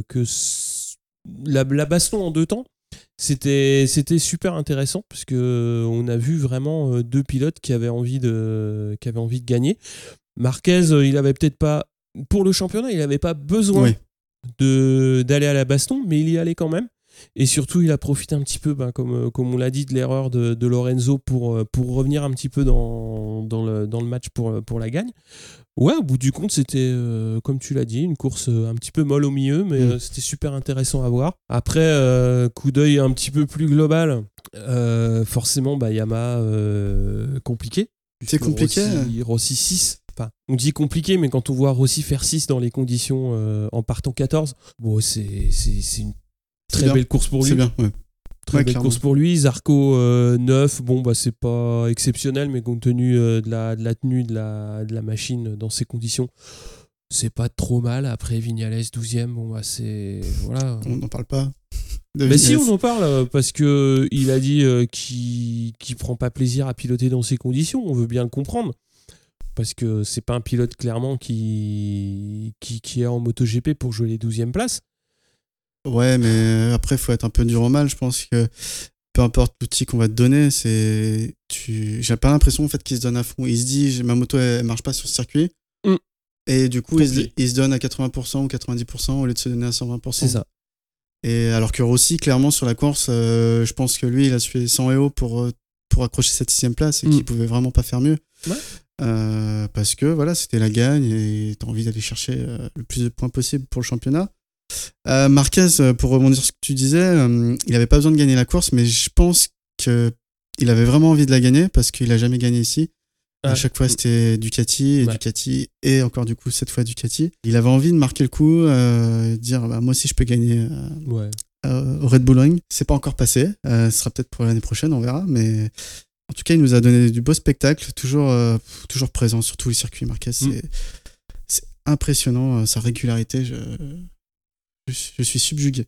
la baston en 2 temps c'était super intéressant parce que on a vu vraiment 2 pilotes qui avaient envie de gagner. Marquez, il avait peut-être pas pour le championnat, il n'avait pas besoin d'aller à la baston, mais il y allait quand même. Et surtout, il a profité un petit peu, comme on l'a dit, de l'erreur de Lorenzo pour revenir un petit peu dans le match pour la gagne. Ouais, au bout du compte, c'était, comme tu l'as dit, une course un petit peu molle au milieu, mais c'était super intéressant à voir. Après, coup d'œil un petit peu plus global, forcément, Yamaha, compliqué. C'est compliqué. Rossi 6. Enfin, on dit compliqué, mais quand on voit Rossi faire 6 dans les conditions en partant 14, c'est une très belle course pour lui. C'est bien, ouais. Très belle course pour lui. Zarco 9, c'est pas exceptionnel, mais compte tenu de la tenue de la machine dans ces conditions, c'est pas trop mal. Après Viñales 12e, c'est. Voilà. On n'en parle pas. Mais si, on en parle parce que il a dit qu'il prend pas plaisir à piloter dans ces conditions. On veut bien le comprendre. Parce que c'est pas un pilote clairement qui est en MotoGP pour jouer les 12e places. Ouais, mais après, il faut être un peu dur au mal. Je pense que peu importe l'outil qu'on va te donner, j'ai pas l'impression en fait qu'il se donne à fond. Il se dit, ma moto, elle marche pas sur ce circuit. Et du coup, il se donne à 80% ou 90% au lieu de se donner à 120%. C'est ça. Et alors que Rossi, clairement, sur la course, je pense que lui, il a suivi 100 EO pour accrocher cette 6ème place et qu'il pouvait vraiment pas faire mieux. Ouais. Parce que voilà, c'était la gagne et t'as envie d'aller chercher le plus de points possible pour le championnat. Marquez, pour rebondir sur ce que tu disais, il avait pas besoin de gagner la course, mais je pense qu'il avait vraiment envie de la gagner parce qu'il a jamais gagné ici. À chaque fois, c'était Ducati et Ducati et encore du coup, cette fois Ducati. Il avait envie de marquer le coup, dire moi aussi je peux gagner au Red Bull Ring. C'est pas encore passé, ce sera peut-être pour l'année prochaine, on verra, mais en tout cas, il nous a donné du beau spectacle, toujours présent sur tous les circuits. Marquez, c'est impressionnant, sa régularité, je suis subjugué.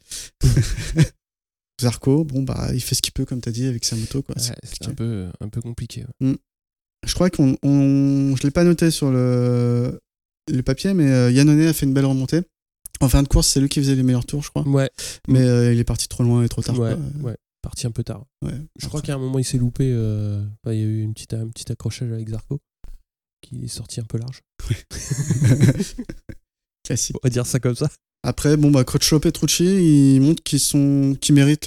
Zarco, il fait ce qu'il peut, comme tu as dit, avec sa moto. Quoi. C'est un peu compliqué. Je crois je ne l'ai pas noté sur le papier, mais Yannone a fait une belle remontée. En fin de course, c'est lui qui faisait les meilleurs tours, je crois. Ouais. Mais il est parti trop loin et trop tard. Ouais, parti un peu tard. Ouais. Je crois qu'à un moment, il s'est loupé. Il y a eu un petit accrochage avec Zarco qui est sorti un peu large. Classique. On va dire ça comme ça. Après, Crutchlow, Petrucci, ils montrent qu'ils méritent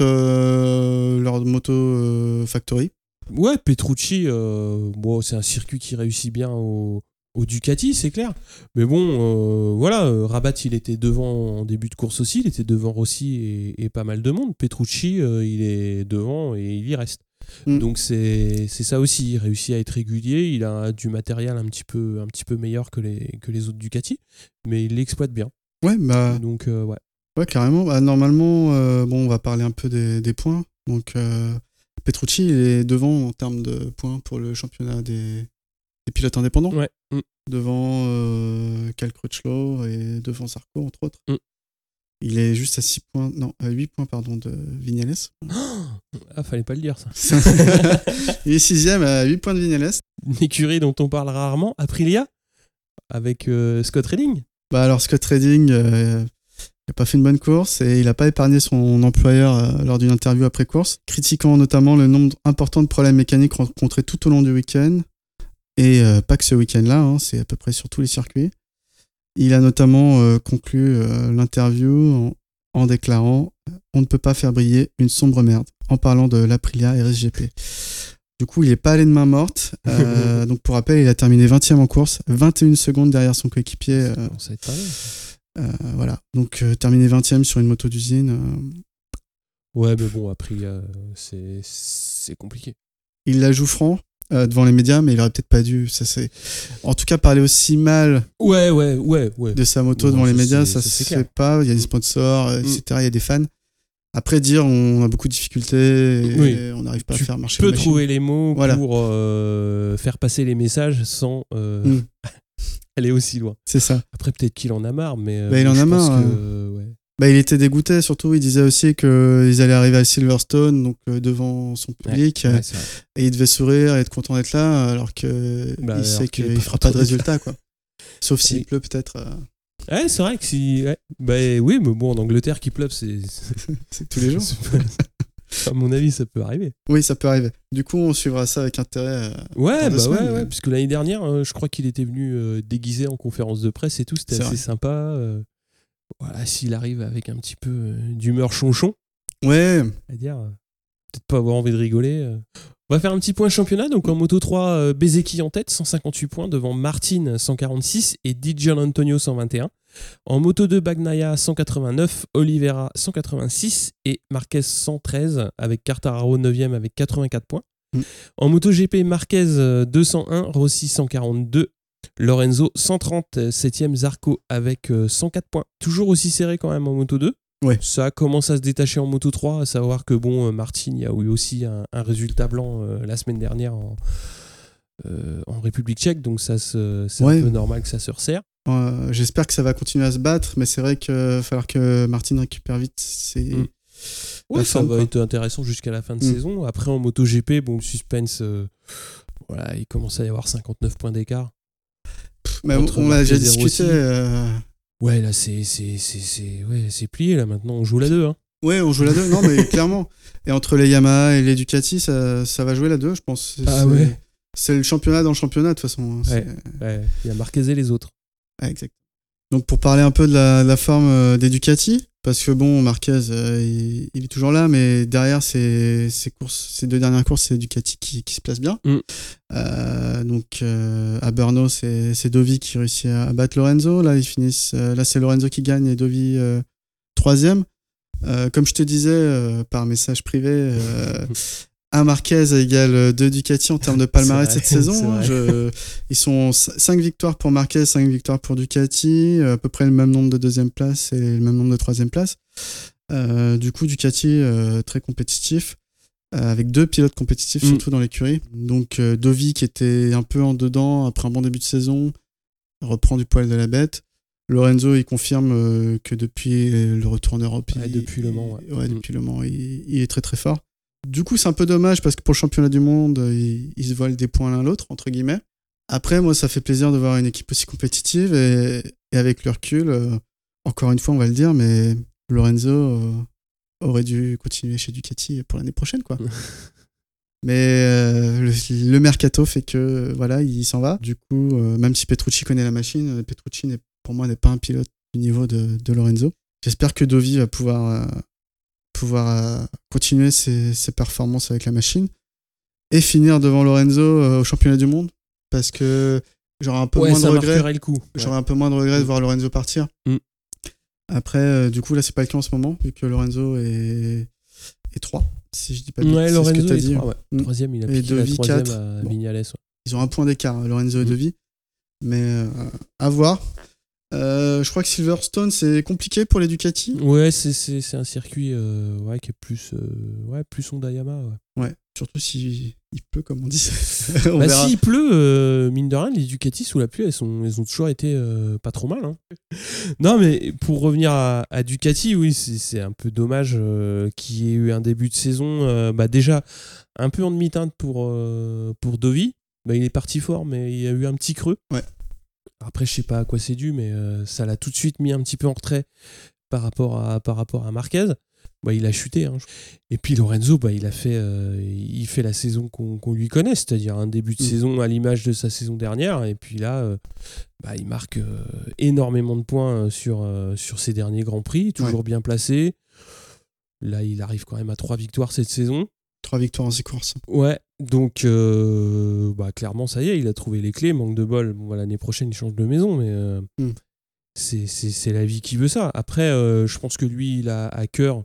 leur moto factory. Ouais, Petrucci, c'est un circuit qui réussit bien au Ducati, c'est clair. Mais bon, Rabat, il était devant en début de course aussi. Il était devant Rossi et pas mal de monde. Petrucci, il est devant et il y reste. Donc c'est ça aussi. Il réussit à être régulier. Il a du matériel un petit peu meilleur que les autres Ducati, mais il l'exploite bien. Ouais, donc ouais. Ouais, carrément. Normalement, on va parler un peu des points. Donc Petrucci, il est devant en termes de points pour le championnat des pilotes indépendants. Ouais. Devant Cal Crutchlow et devant Zarco, entre autres. Il est juste à 8 points de Viñales. Fallait pas le dire, ça. Il est 6ème à 8 points de Viñales. Une écurie dont on parle rarement, Aprilia, avec Scott Redding. Alors Scott Redding, il n'a pas fait une bonne course et il n'a pas épargné son employeur lors d'une interview après course, critiquant notamment le nombre important de problèmes mécaniques rencontrés tout au long du week-end. Et pas que ce week-end-là, c'est à peu près sur tous les circuits. Il a notamment conclu l'interview en déclarant « On ne peut pas faire briller une sombre merde » en parlant de l'Aprilia RSGP. Du coup, il n'est pas allé de main morte. Donc pour rappel, il a terminé 20e en course, 21 secondes derrière son coéquipier. Ça va être pas mal. Voilà. Donc terminé 20e sur une moto d'usine. Ouais, mais bon, Aprilia, c'est compliqué. Il la joue franc devant les médias, mais il aurait peut-être pas dû. En tout cas, parler aussi mal de sa moto devant les médias, ça se fait pas. Il y a des sponsors, etc. Il y a des fans. Après, dire on a beaucoup de difficultés et on n'arrive pas à faire marcher la machine. Tu peux trouver les mots pour faire passer les messages sans aller aussi loin. C'est ça. Après, peut-être qu'il en a marre, mais il en a marre. Il était dégoûté, surtout. Il disait aussi qu'ils allaient arriver à Silverstone, donc devant son public, et il devait sourire et être content d'être là, alors qu'il sait qu'il ne fera pas de résultat, quoi. Sauf s'il pleut, peut-être. Ouais, c'est vrai que si. Ouais. Oui, mais bon, en Angleterre, qu'il pleuve, c'est tous les jours. À mon avis, ça peut arriver. Oui, ça peut arriver. Du coup, on suivra ça avec intérêt. Ouais, puisque l'année dernière, je crois qu'il était venu déguisé en conférence de presse et tout. C'était assez sympa. Voilà, s'il arrive avec un petit peu d'humeur chonchon. Ouais. C'est-à-dire, peut-être pas avoir envie de rigoler. On va faire un petit point championnat. Donc en Moto 3, Bezzecchi en tête, 158 points, devant Martin, 146 et Di Gianantonio, 121. En Moto 2, Bagnaia, 189, Oliveira, 186 et Marquez, 113, avec Quartararo, 9e avec 84 points. En Moto GP, Marquez, 201, Rossi, 142. Lorenzo, 130, 7e Zarco avec 104 points. Toujours aussi serré quand même en Moto 2. Ouais. Ça commence à se détacher en Moto 3, à savoir que Martin, il y a eu aussi un résultat blanc la semaine dernière en République tchèque, donc c'est un peu normal que ça se resserre. J'espère que ça va continuer à se battre, mais c'est vrai qu'il va falloir que Martin récupère vite. Ouais, ça va être intéressant jusqu'à la fin de saison. Après, en MotoGP, le suspense, il commence à y avoir 59 points d'écart. Mais on a déjà discuté. Ouais, là, c'est plié, là, maintenant. On joue la 2, hein. Ouais, on joue la 2, non, mais clairement. Et entre les Yamaha et les Ducati, ça va jouer la 2, je pense. Ouais. C'est le championnat dans le championnat, de toute façon. Ouais. Il y a Marquez et les autres. Ouais, exact. Donc, pour parler un peu de la forme des Ducati, parce que bon, Marquez, il est toujours là, mais derrière ces 2 dernières courses, c'est Ducati qui se place bien. Donc, à Brno, c'est Dovi qui réussit à battre Lorenzo. Là, ils finissent. Là, c'est Lorenzo qui gagne et Dovi 3e. Comme je te disais par message privé, un Marquez égale 2 Ducati en termes de palmarès cette saison. Ils sont 5 victoires pour Marquez, 5 victoires pour Ducati, à peu près le même nombre de 2e place et le même nombre de 3e place. Du coup, Ducati très compétitif, avec 2 pilotes compétitifs, surtout dans l'écurie. Donc, Dovi qui était un peu en dedans après un bon début de saison, reprend du poil de la bête. Lorenzo, il confirme que depuis le retour en Europe, depuis Le Mans, depuis Le Mans, il est très très fort. Du coup, c'est un peu dommage parce que pour le championnat du monde, ils se volent des points l'un l'autre, entre guillemets. Après, moi, ça fait plaisir de voir une équipe aussi compétitive et avec le recul, encore une fois, on va le dire, mais Lorenzo aurait dû continuer chez Ducati pour l'année prochaine, quoi. Mais le mercato fait que voilà, il s'en va. Du coup, même si Petrucci connaît la machine, Petrucci pour moi n'est pas un pilote du niveau de Lorenzo. J'espère que Dovi va pouvoir continuer ses performances avec la machine et finir devant Lorenzo au championnat du monde, parce que j'aurais un peu moins de regrets. J'aurais un peu moins de regrets de voir Lorenzo partir. Après, du coup, là, c'est pas le cas en ce moment, vu que Lorenzo est 3, si je dis pas de bêtises. Lorenzo c'est ce que t'as dit. 3, ouais. Troisième, il a piqué la 3e à Vignales. Ouais. Ils ont un point d'écart, Lorenzo et Dovi. Mais à voir. Je crois que Silverstone, c'est compliqué pour les Ducati. Ouais, c'est un circuit qui est plus Honda Yamaha. Ouais, surtout s'il pleut, comme on dit. S'il pleut, mine de rien, les Ducati sous la pluie, elles ont toujours été pas trop mal. Hein. Non, mais pour revenir à Ducati, oui, c'est un peu dommage qu'il y ait eu un début de saison déjà un peu en demi-teinte pour Dovi. Il est parti fort, mais il y a eu un petit creux. Ouais. Après, je sais pas à quoi c'est dû, mais ça l'a tout de suite mis un petit peu en retrait par rapport à Marquez. Il a chuté. Hein. Et puis Lorenzo, il fait la saison qu'on lui connaît, c'est-à-dire un début de saison à l'image de sa saison dernière. Et puis là, il marque énormément de points sur ses derniers Grands Prix, toujours bien placé. Là, il arrive quand même à 3 victoires cette saison. 3 victoires en 6 courses. Ouais, donc clairement, ça y est, il a trouvé les clés. Manque de bol. L'année prochaine, il change de maison, mais c'est la vie qui veut ça. Après, je pense que lui, il a à cœur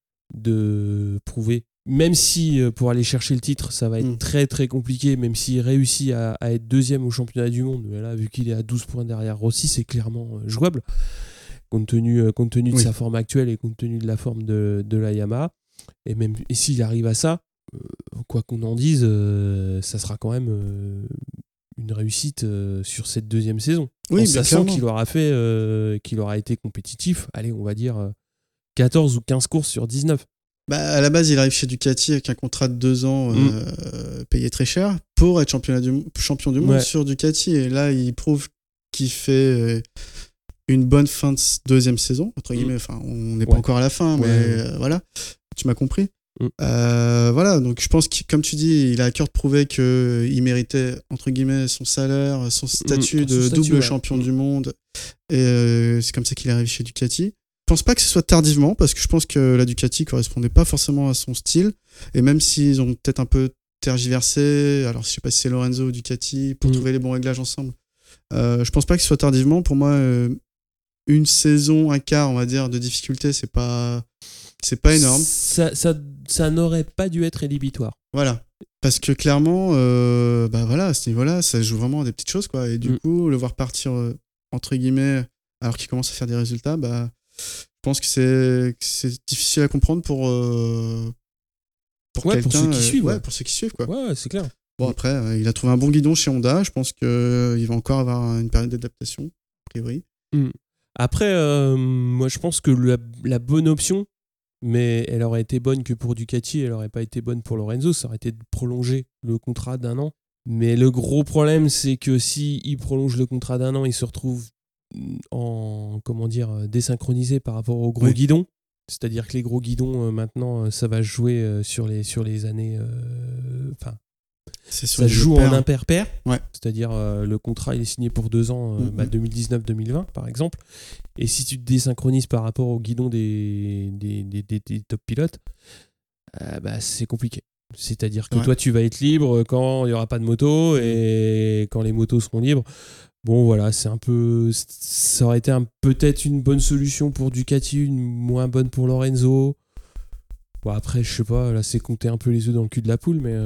de prouver, même si pour aller chercher le titre, ça va être très très compliqué, même s'il réussit à être 2e au championnat du monde. Mais là, vu qu'il est à 12 points derrière Rossi, c'est clairement jouable, compte tenu de sa forme actuelle et compte tenu de la forme de la Yamaha. Et même s'il arrive à ça, quoi qu'on en dise, ça sera quand même une réussite sur cette 2e saison. Oui, sachant qu'il aura été compétitif, allez, on va dire 14 ou 15 courses sur 19. À la base, il arrive chez Ducati avec un contrat de 2 ans payé très cher pour être champion du monde sur Ducati. Et là, il prouve qu'il fait une bonne fin de 2e saison, entre guillemets. Enfin, on n'est pas encore à la fin, mais voilà, tu m'as compris. Voilà, donc je pense que, comme tu dis, il a à cœur de prouver qu'il méritait, entre guillemets, son salaire, son statut de double champion du monde. Et c'est comme ça qu'il arrive chez Ducati. Je pense pas que ce soit tardivement, parce que je pense que la Ducati correspondait pas forcément à son style. Et même s'ils ont peut-être un peu tergiversé, alors je sais pas si c'est Lorenzo ou Ducati, pour trouver les bons réglages ensemble. Je pense pas que ce soit tardivement. Pour moi, une saison, un quart, on va dire, de difficulté, c'est pas énorme. Ça n'aurait pas dû être rédhibitoire. Voilà. Parce que clairement, à ce niveau-là, ça joue vraiment à des petites choses, quoi. Et du coup, le voir partir, entre guillemets, alors qu'il commence à faire des résultats, je pense que c'est difficile à comprendre pour quelqu'un. Pour ceux qui suivent. Pour ceux qui suivent, quoi. Ouais, c'est clair. Bon, après, il a trouvé un bon guidon chez Honda. Je pense qu'il va encore avoir une période d'adaptation, a priori. Après, moi, je pense que la bonne option, mais elle aurait été bonne que pour Ducati, elle n'aurait pas été bonne pour Lorenzo, ça aurait été de prolonger le contrat d'1 an. Mais le gros problème, c'est que s'il prolonge le contrat d'1 an, il se retrouve désynchronisé par rapport aux gros guidons. C'est-à-dire que les gros guidons, maintenant, ça va jouer sur les années... ça joue en impair-pair. Ouais. C'est-à-dire le contrat il est signé pour 2 ans, 2019-2020 par exemple. Et si tu te désynchronises par rapport au guidon des top pilotes, c'est compliqué. C'est-à-dire que toi, tu vas être libre quand il n'y aura pas de moto et quand les motos seront libres. Bon, voilà, c'est un peu... Ça aurait été peut-être une bonne solution pour Ducati, une moins bonne pour Lorenzo. Bon, après, je sais pas, là, c'est compter un peu les œufs dans le cul de la poule, mais...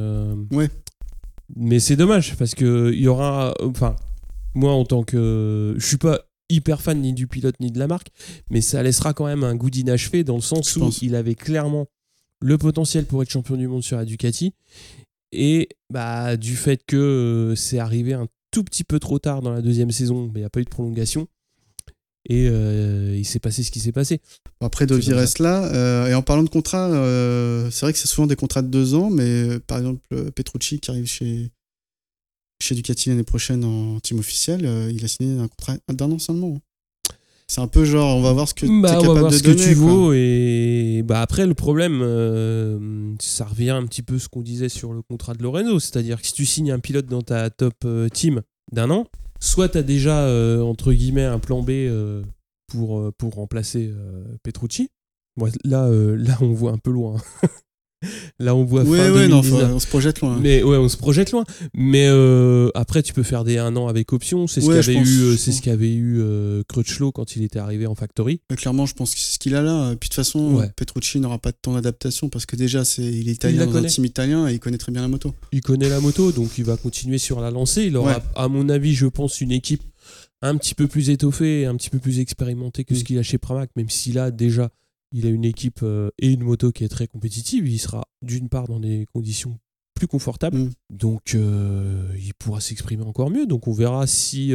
Mais c'est dommage, parce que il y aura... Enfin, moi, en tant que... Je suis pas hyper fan ni du pilote ni de la marque, mais ça laissera quand même un goût d'inachevé dans le sens où il avait clairement le potentiel pour être champion du monde sur la Ducati, et du fait que c'est arrivé un tout petit peu trop tard dans la deuxième saison, mais il n'y a pas eu de prolongation, et il s'est passé ce qui s'est passé. Après, Dovi reste là, et en parlant de contrat, c'est vrai que c'est souvent des contrats de 2 ans, mais par exemple Petrucci qui arrive chez Ducati l'année prochaine en team officiel, il a signé un contrat d'1 an seulement. C'est un peu genre, on va voir ce que tu es capable de donner. On va voir ce que tu vaux. Et après, le problème, ça revient un petit peu ce qu'on disait sur le contrat de Lorenzo. C'est-à-dire que si tu signes un pilote dans ta top team d'1 an, soit tu as déjà, entre guillemets, un plan B pour remplacer Petrucci. Bon, là, on voit un peu loin. Là, on voit fin 2019. On se projette loin. Mais on se projette loin. Mais après, tu peux faire des 1 an avec option. C'est ce qu'avait eu Crutchlow quand il était arrivé en factory. Clairement, je pense que c'est ce qu'il a là. Puis de toute façon, Petrucci n'aura pas de temps d'adaptation parce que déjà, il est italien dans un team italien et il connaît très bien la moto. Il connaît la moto, donc il va continuer sur la lancée. Il aura, à mon avis, je pense, une équipe un petit peu plus étoffée et un petit peu plus expérimentée que ce qu'il a chez Pramac, même si là, déjà, il a une équipe et une moto qui est très compétitive. Il sera d'une part dans des conditions plus confortables, donc il pourra s'exprimer encore mieux. Donc on verra si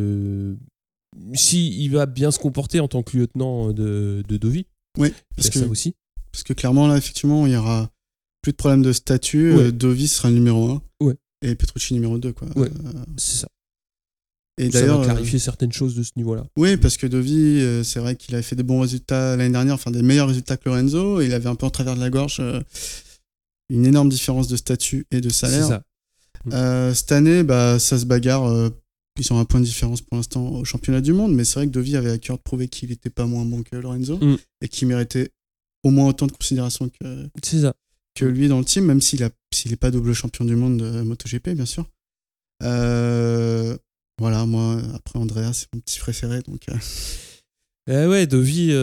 il va bien se comporter en tant que lieutenant de Dovi. Oui, parce que clairement là, effectivement, il y aura plus de problème de statut. Dovi sera le numéro 1 et Petrucci numéro 2. C'est ça. Et ça va clarifier certaines choses de ce niveau-là. Oui, parce que Dovi, c'est vrai qu'il avait fait des bons résultats l'année dernière, enfin des meilleurs résultats que Lorenzo. Il avait un peu en travers de la gorge une énorme différence de statut et de salaire. C'est ça. Cette année, ça se bagarre. Ils ont un point de différence pour l'instant au championnat du monde, mais c'est vrai que Dovi avait à cœur de prouver qu'il n'était pas moins bon que Lorenzo et qu'il méritait au moins autant de considération que lui dans le team, même s'il n'est pas double champion du monde de MotoGP, bien sûr. Voilà, moi, après Andrea, c'est mon petit préféré. Donc, Dovi,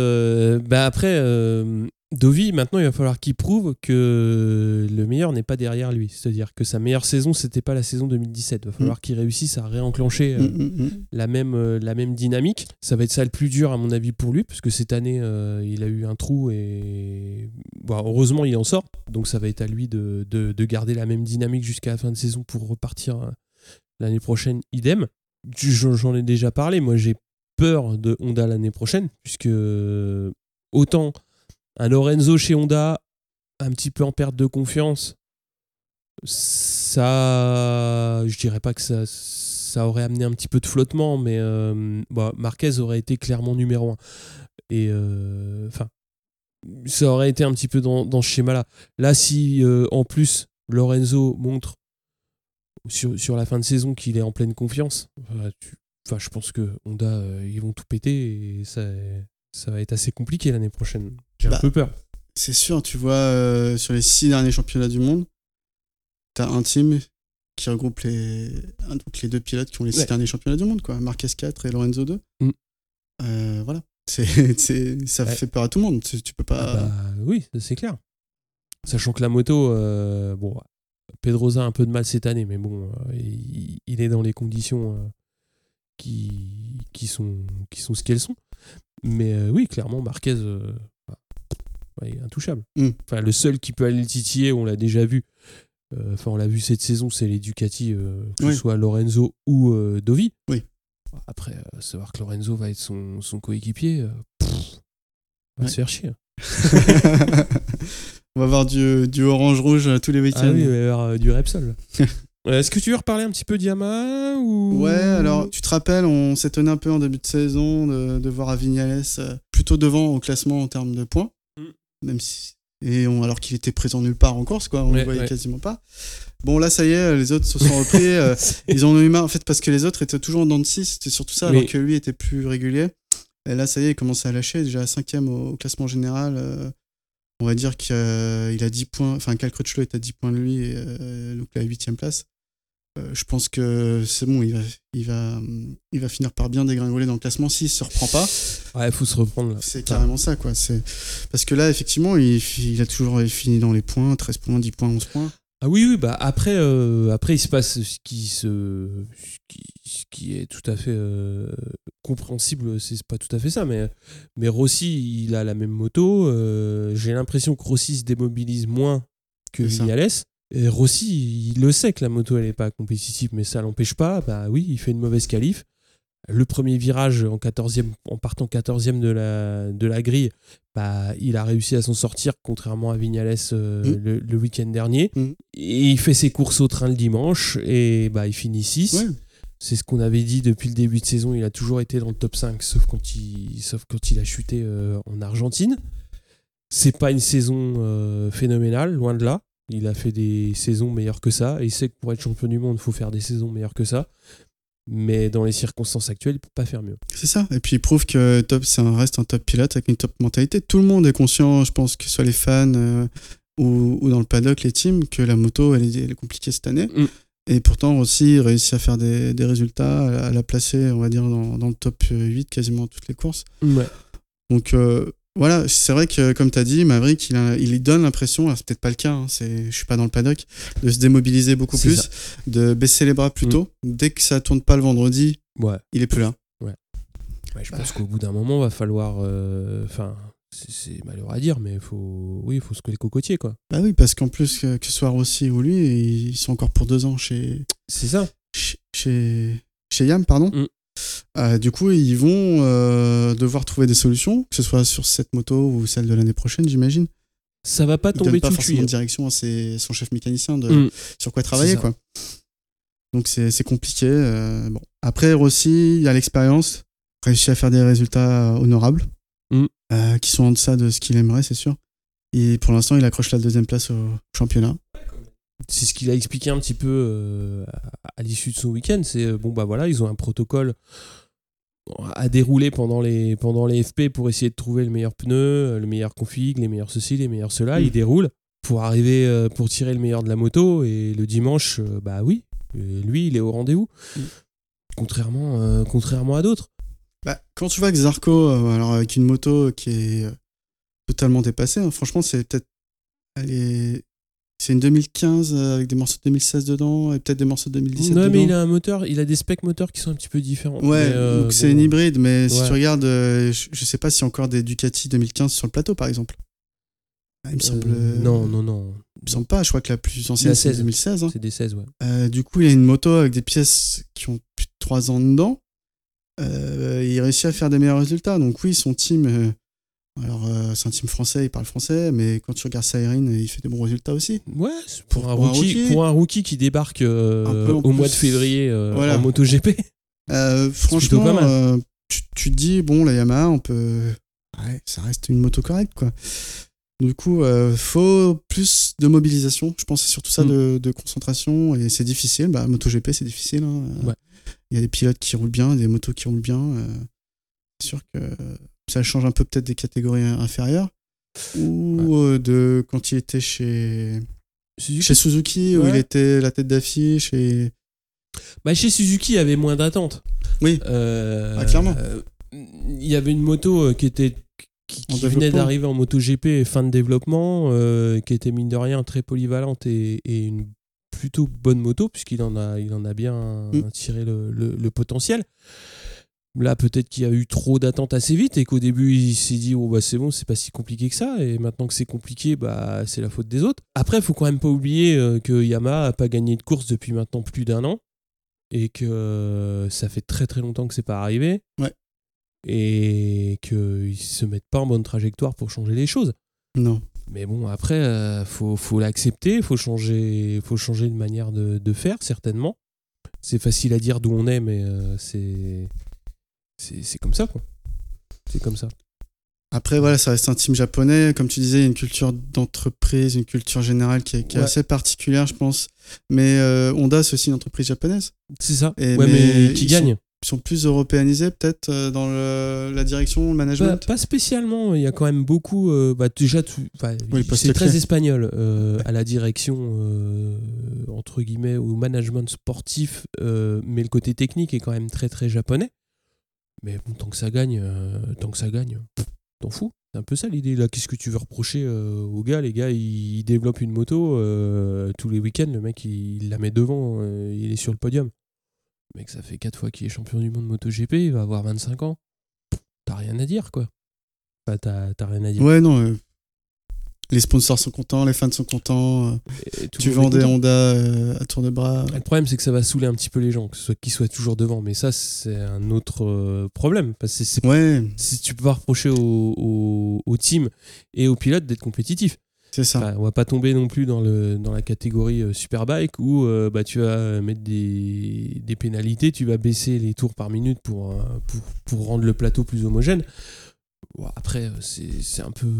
Dovi, maintenant, il va falloir qu'il prouve que le meilleur n'est pas derrière lui. C'est-à-dire que sa meilleure saison, c'était pas la saison 2017. Il va falloir qu'il réussisse à réenclencher la même dynamique. Ça va être ça le plus dur, à mon avis, pour lui, parce que cette année, il a eu un trou et heureusement, il en sort. Donc, ça va être à lui de garder la même dynamique jusqu'à la fin de saison pour repartir l'année prochaine, idem. J'en ai déjà parlé, moi j'ai peur de Honda l'année prochaine, puisque autant un Lorenzo chez Honda, un petit peu en perte de confiance, ça, je dirais pas que ça aurait amené un petit peu de flottement, mais Marquez aurait été clairement numéro 1. Et ça aurait été un petit peu dans ce schéma-là. Là, si en plus Lorenzo montre sur la fin de saison qu'il est en pleine confiance, je pense que Honda ils vont tout péter et ça va être assez compliqué l'année prochaine. J'ai un peu peur. C'est sûr, tu vois, sur les 6 derniers championnats du monde, t'as un team qui regroupe les 2 pilotes qui ont les 6 derniers championnats du monde, quoi. Marquez 4 et Lorenzo 2. Voilà. Ça fait peur à tout le monde. Tu peux pas. Oui, c'est clair. Sachant que la moto, Pedrosa a un peu de mal cette année, mais bon, il est dans les conditions qui sont ce qu'elles sont. Mais oui, clairement, Marquez, il est intouchable. Enfin, le seul qui peut aller le titiller, on l'a déjà vu. On l'a vu cette saison, c'est les Ducati, que ce soit Lorenzo ou Dovi. Oui. Après, savoir que Lorenzo va être son coéquipier, va se faire chier. On va avoir du orange-rouge tous les week-ends. Ah oui, il va y avoir du Repsol. Est-ce que tu veux reparler un petit peu d'Yamaha ou... Ouais, alors tu te rappelles, on s'étonnait un peu en début de saison de voir Viñales plutôt devant au classement en termes de points, même si alors qu'il était présent nulle part en course, quoi, on le voyait quasiment pas. Bon, là, ça y est, les autres se sont repris. Ils en ont eu marre, en fait, parce que les autres étaient toujours en dents de 6, c'était surtout ça, alors que lui était plus régulier. Et là, ça y est, il commence à lâcher, déjà à 5e au classement général. On va dire qu'il a 10 points, enfin, Cal Crutchlow est à 10 points de lui, donc la 8e place. Je pense que c'est bon, il va finir par bien dégringoler dans le classement s'il se reprend pas. Ouais, il faut se reprendre là. C'est carrément ça, quoi. Parce que là, effectivement, il a toujours fini dans les points, 13 points, 10 points, 11 points. Ah oui, bah après il se passe ce qui est tout à fait compréhensible, c'est pas tout à fait ça, mais Rossi, il a la même moto. J'ai l'impression que Rossi se démobilise moins que Viñales. Et Rossi, il le sait que la moto, elle est pas compétitive, mais ça l'empêche pas. Bah oui, il fait une mauvaise qualif. Le premier virage en partant 14e de la grille, bah, il a réussi à s'en sortir, contrairement à Viñales le week-end dernier. Et il fait ses courses au train le dimanche et bah, il finit 6. Ouais. C'est ce qu'on avait dit depuis le début de saison. Il a toujours été dans le top 5, sauf quand il a chuté en Argentine. C'est pas une saison phénoménale, loin de là. Il a fait des saisons meilleures que ça. Et il sait que pour être champion du monde, il faut faire des saisons meilleures que ça. Mais dans les circonstances actuelles, il ne peut pas faire mieux. C'est ça. Et puis il prouve que reste un top pilote avec une top mentalité. Tout le monde est conscient, je pense, que ce soit les fans ou dans le paddock, les teams, que la moto, elle est compliquée cette année. Et pourtant aussi, il réussit à faire des résultats, à la placer, on va dire, dans le top 8 quasiment toutes les courses. Ouais. Donc voilà, c'est vrai que comme tu as dit, Maverick, il donne l'impression, alors c'est peut-être pas le cas, hein, je suis pas dans le paddock, de se démobiliser beaucoup plus, ça. De baisser les bras plus tôt. Dès que ça tourne pas le vendredi, il est plus là. Ouais, je pense qu'au bout d'un moment, va falloir... c'est malheureux à dire, mais il faut se coller les cocotiers, quoi. Bah oui, parce qu'en plus, que ce soit Rossi ou lui, ils sont encore pour 2 ans chez... C'est ça. Chez Yam, pardon. Du coup, ils vont devoir trouver des solutions, que ce soit sur cette moto ou celle de l'année prochaine, j'imagine. Ça va pas tomber tout de suite. Il donne pas forcément de direction à son chef mécanicien sur quoi travailler, quoi. Donc c'est compliqué. Bon. Après, Rossi, il y a l'expérience, réussi à faire des résultats honorables, qui sont en deçà de ce qu'il aimerait, c'est sûr. Et pour l'instant, il accroche la 2e place au championnat. C'est ce qu'il a expliqué un petit peu à l'issue de son week-end. C'est ils ont un protocole à dérouler pendant les FP pour essayer de trouver le meilleur pneu, le meilleur config, les meilleurs ceci, les meilleurs cela. Ils déroulent pour arriver, pour tirer le meilleur de la moto. Et le dimanche, lui, il est au rendez-vous. Contrairement à d'autres. Quand tu vois que Zarco, alors avec une moto qui est totalement dépassée, hein, franchement, c'est une 2015 avec des morceaux de 2016 dedans et peut-être des morceaux de 2017 dedans. Non, mais il a des specs moteurs qui sont un petit peu différents. Ouais, donc c'est une hybride, mais si tu regardes, je sais pas s'il y a encore des Ducati 2015 sur le plateau, par exemple. Il me semble... Non. Il me semble pas, je crois que la plus ancienne, c'est 2016. Hein. C'est des 16, ouais. Du coup, il a une moto avec des pièces qui ont plus de 3 ans dedans. Il réussit à faire des meilleurs résultats. Donc oui, son team... c'est un team français, il parle français, mais quand tu regardes Saïrin, il fait des bons résultats aussi. Ouais, pour un rookie qui débarque au mois de février en MotoGP. Franchement, pas mal. Tu te dis, bon, la Yamaha, ça reste une moto correcte, quoi. Du coup, faut plus de mobilisation. Je pense que c'est surtout ça de concentration, et c'est difficile. MotoGP, c'est difficile. Hein. Il y a des pilotes qui roulent bien, des motos qui roulent bien. C'est sûr que ça change un peu peut-être des catégories inférieures ou de quand il était chez Suzuki où il était la tête d'affiche et... chez Suzuki il y avait moins d'attente. Oui, clairement. Il y avait une moto qui venait d'arriver en MotoGP fin de développement, qui était mine de rien très polyvalente et une plutôt bonne moto puisqu'il en a bien tiré le potentiel. Là, peut-être qu'il y a eu trop d'attentes assez vite et qu'au début, il s'est dit c'est bon, c'est pas si compliqué que ça. Et maintenant que c'est compliqué, c'est la faute des autres. Après, il faut quand même pas oublier que Yamaha a pas gagné de course depuis maintenant plus d'1 an et que ça fait très très longtemps que c'est pas arrivé. Ouais. Et qu'ils se mettent pas en bonne trajectoire pour changer les choses. Non. Mais bon, après, faut l'accepter, faut changer de manière de faire, certainement. C'est facile à dire d'où on est, mais c'est comme ça, quoi. C'est comme ça. Après, voilà, ça reste un team japonais. Comme tu disais, il y a une culture d'entreprise, une culture générale qui est assez particulière, je pense. Mais Honda, c'est aussi une entreprise japonaise. C'est ça. Et, mais qui gagne? Ils sont plus européanisés, peut-être, dans la direction, le management. Pas spécialement. Il y a quand même beaucoup. Déjà, c'est très clés. espagnol à la direction, entre guillemets, au management sportif. Mais le côté technique est quand même très, très japonais. Mais bon, tant que ça gagne, t'en fous. C'est un peu ça l'idée là. Qu'est-ce que tu veux reprocher aux gars? Les gars, ils développent une moto tous les week-ends. Le mec, il la met devant, il est sur le podium. Le mec, ça fait 4 fois qu'il est champion du monde MotoGP, il va avoir 25 ans. T'as rien à dire, quoi. Enfin, t'as rien à dire. Ouais, non. Les sponsors sont contents, les fans sont contents. Tu vends des Honda à tour de bras. Le problème, c'est que ça va saouler un petit peu les gens, qu'ils soient toujours devant. Mais ça, c'est un autre problème. Parce que tu peux pas reprocher au team et aux pilotes d'être compétitifs. C'est ça. Enfin, on va pas tomber non plus dans la catégorie Superbike où tu vas mettre des pénalités, tu vas baisser les tours par minute pour rendre le plateau plus homogène. Bon, après, c'est un peu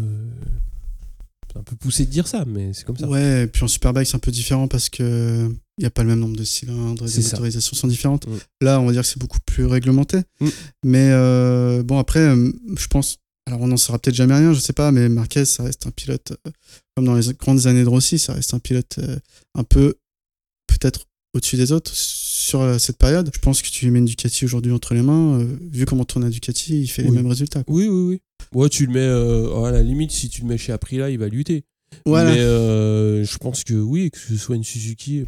poussé de dire ça, mais c'est comme ça. Ouais, et puis en Superbike, c'est un peu différent parce que il n'y a pas le même nombre de cylindres, les motorisations sont différentes. Là, on va dire que c'est beaucoup plus réglementé. Mais bon, après, je pense... Alors, on n'en saura peut-être jamais rien, je sais pas, mais Marquez, ça reste un pilote, comme dans les grandes années de Rossi, ça reste un pilote un peu, peut-être au-dessus des autres sur cette période. Je pense que tu lui mets une Ducati aujourd'hui entre les mains, vu comment tourne la Ducati, il fait les mêmes résultats. Oui. Ouais, tu le mets, à la limite, si tu le mets chez Aprilia, il va lutter. Voilà. Mais je pense que oui, que ce soit une Suzuki,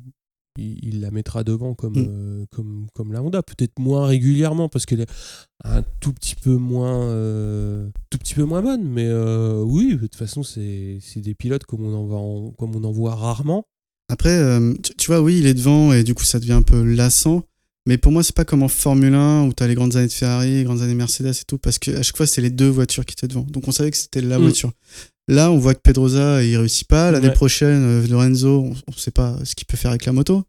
il la mettra devant comme la Honda, peut-être moins régulièrement parce qu'elle est un tout petit peu moins bonne, mais oui, de toute façon c'est des pilotes comme on en voit rarement. Après, tu vois, oui, il est devant et du coup ça devient un peu lassant, mais pour moi c'est pas comme en Formule 1 où t'as les grandes années de Ferrari, les grandes années Mercedes et tout, parce qu'à chaque fois c'était les deux voitures qui étaient devant, donc on savait que c'était la voiture. Là, on voit que Pedrosa, il réussit pas. L'année prochaine, Lorenzo, on sait pas ce qu'il peut faire avec la moto.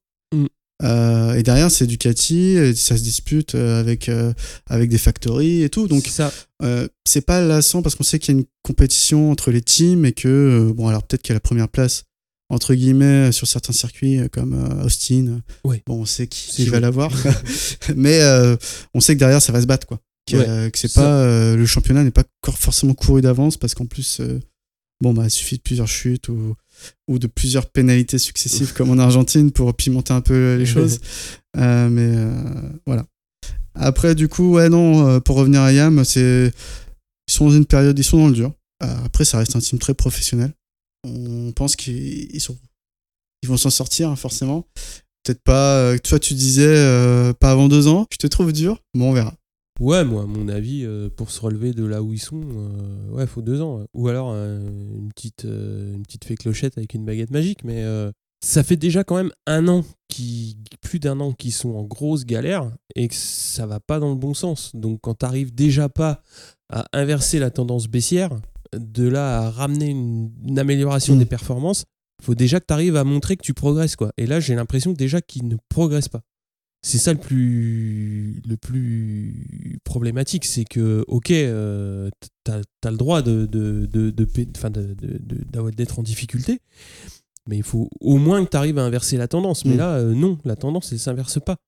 Et derrière, c'est Ducati, et ça se dispute avec des factories et tout. Donc, c'est pas lassant parce qu'on sait qu'il y a une compétition entre les teams et que, bon, alors peut-être qu'il y a la première place, entre guillemets, sur certains circuits comme Austin. Ouais. Bon, on sait qui va l'avoir. Mais on sait que derrière, ça va se battre, quoi. Que c'est pas, le championnat n'est pas encore forcément couru d'avance parce qu'en plus... il suffit de plusieurs chutes ou de plusieurs pénalités successives comme en Argentine pour pimenter un peu les choses. Mais voilà. Après, du coup, pour revenir à Yam, ils sont dans une période, ils sont dans le dur. Après, ça reste un team très professionnel. On pense qu'ils vont s'en sortir, hein, forcément. Peut-être pas, toi tu disais pas avant 2 ans. Je te trouve dur. Bon, on verra. Ouais, moi, à mon avis, pour se relever de là où ils sont, faut 2 ans. Ou alors une petite fée clochette avec une baguette magique. Mais ça fait déjà quand même plus d'1 an qu'ils sont en grosse galère et que ça va pas dans le bon sens. Donc quand t'arrives déjà pas à inverser la tendance baissière, de là à ramener une amélioration des performances, faut déjà que t'arrives à montrer que tu progresses, quoi. Et là, j'ai l'impression déjà qu'ils ne progressent pas. C'est ça le plus problématique, c'est que t'as le droit d'être en difficulté, mais il faut au moins que t'arrives à inverser la tendance. Mais là, non, la tendance elle s'inverse pas.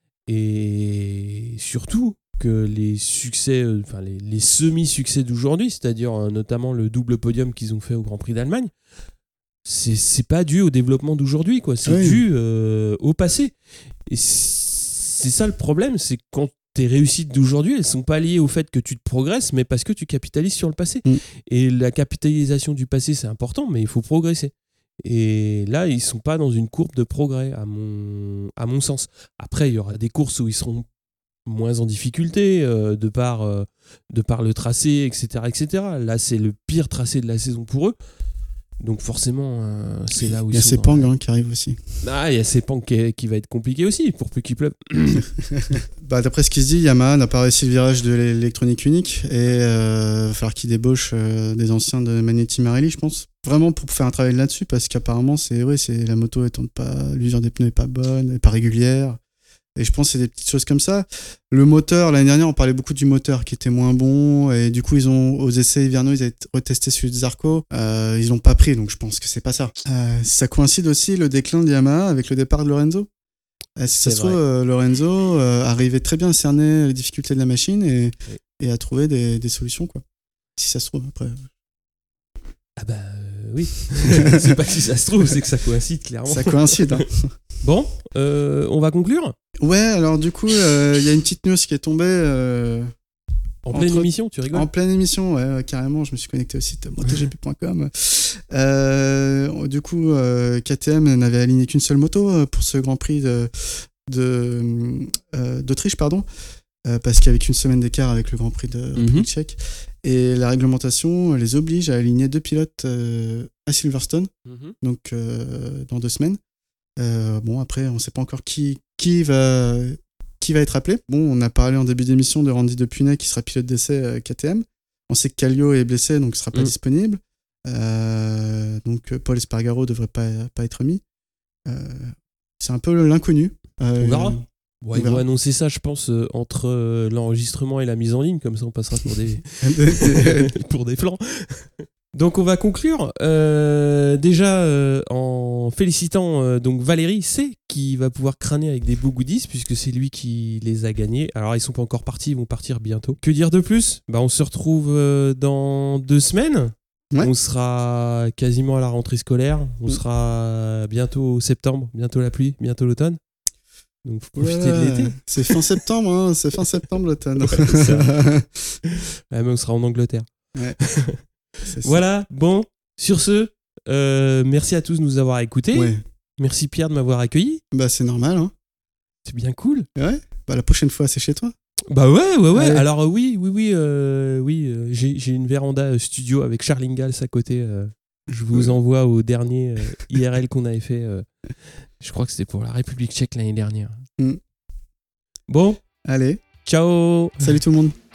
Et surtout que les succès, les semi-succès d'aujourd'hui, c'est-à-dire notamment le double podium qu'ils ont fait au Grand Prix d'Allemagne, c'est pas dû au développement d'aujourd'hui, quoi. C'est dû au passé. Et c'est ça le problème, c'est quand tes réussites d'aujourd'hui, elles sont pas liées au fait que tu te progresses, mais parce que tu capitalises sur le passé. Et la capitalisation du passé, c'est important, mais il faut progresser. Et là, ils sont pas dans une courbe de progrès, à mon sens. Après, il y aura des courses où ils seront moins en difficulté, de par le tracé, etc., etc. Là, c'est le pire tracé de la saison pour eux. Donc forcément, c'est là où Il y a ils sont. Sepang qui arrive aussi. Ah, il y a Sepang qui va être compliqué aussi, pour peu qu'il pleuve. Bah, d'après ce qui se dit, Yamaha n'a pas réussi le virage de l'électronique unique et il va falloir qu'ils débauchent des anciens de Magneti Marelli, je pense. Vraiment pour faire un travail là-dessus, parce qu'apparemment, c'est la moto étant pas, l'usure des pneus est pas bonne, est pas régulière. Et je pense que c'est des petites choses comme ça. Le moteur, l'année dernière, on parlait beaucoup du moteur qui était moins bon. Et du coup, aux essais hivernaux, ils avaient retesté celui de Zarco. Ils l'ont pas pris, donc je pense que c'est pas ça. Ça coïncide aussi le déclin de Yamaha avec le départ de Lorenzo. Si ça se trouve, Lorenzo arrivait très bien à cerner les difficultés de la machine et à trouver des solutions, quoi. Si ça se trouve, après. Ah bah oui. C'est pas que si ça se trouve, c'est que ça coïncide, clairement. Ça coïncide. Hein. Bon, on va conclure. Ouais, alors du coup, il y a une petite news qui est tombée. En pleine émission, tu rigoles? En pleine émission, ouais, carrément. Je me suis connecté au site motogp.com. Du coup, KTM n'avait aligné qu'une seule moto pour ce Grand Prix d'Autriche, pardon, parce qu'il y avait qu'une semaine d'écart avec le Grand Prix de République tchèque. Et la réglementation les oblige à aligner 2 pilotes à Silverstone, donc dans 2 semaines. Bon, après, on ne sait pas encore qui va être appelé. Bon, on a parlé en début d'émission de Randy Depunet qui sera pilote d'essai KTM. On sait que Kallio est blessé, donc il ne sera pas disponible. Donc Paul Espargaro ne devrait pas être mis. C'est un peu l'inconnu. On verra. Bon, ils vont annoncer ça, je pense, entre l'enregistrement et la mise en ligne, comme ça on passera pour des pour des plans. Donc on va conclure déjà en félicitant donc Valérie C qui va pouvoir crâner avec des beaux goodies puisque c'est lui qui les a gagnés. Alors ils sont pas encore partis, ils vont partir bientôt. Que dire de plus ? Bah on se retrouve dans 2 semaines. Ouais. On sera quasiment à la rentrée scolaire. On sera bientôt septembre, bientôt la pluie, bientôt l'automne. Donc faut profiter de l'été. C'est fin septembre, hein. C'est fin septembre l'automne. Ouais, ouais, mais on sera en Angleterre. Ouais. Voilà, bon, sur ce, merci à tous de nous avoir écoutés. Ouais. Merci Pierre de m'avoir accueilli. Bah c'est normal, hein. C'est bien cool. Ouais, bah la prochaine fois c'est chez toi. Bah ouais. Alors oui, j'ai une véranda studio avec Charles Ingalls à côté. Je vous envoie au dernier IRL qu'on avait fait. Je crois que c'était pour la République tchèque l'année dernière. Bon. Allez. Ciao. Salut tout le monde.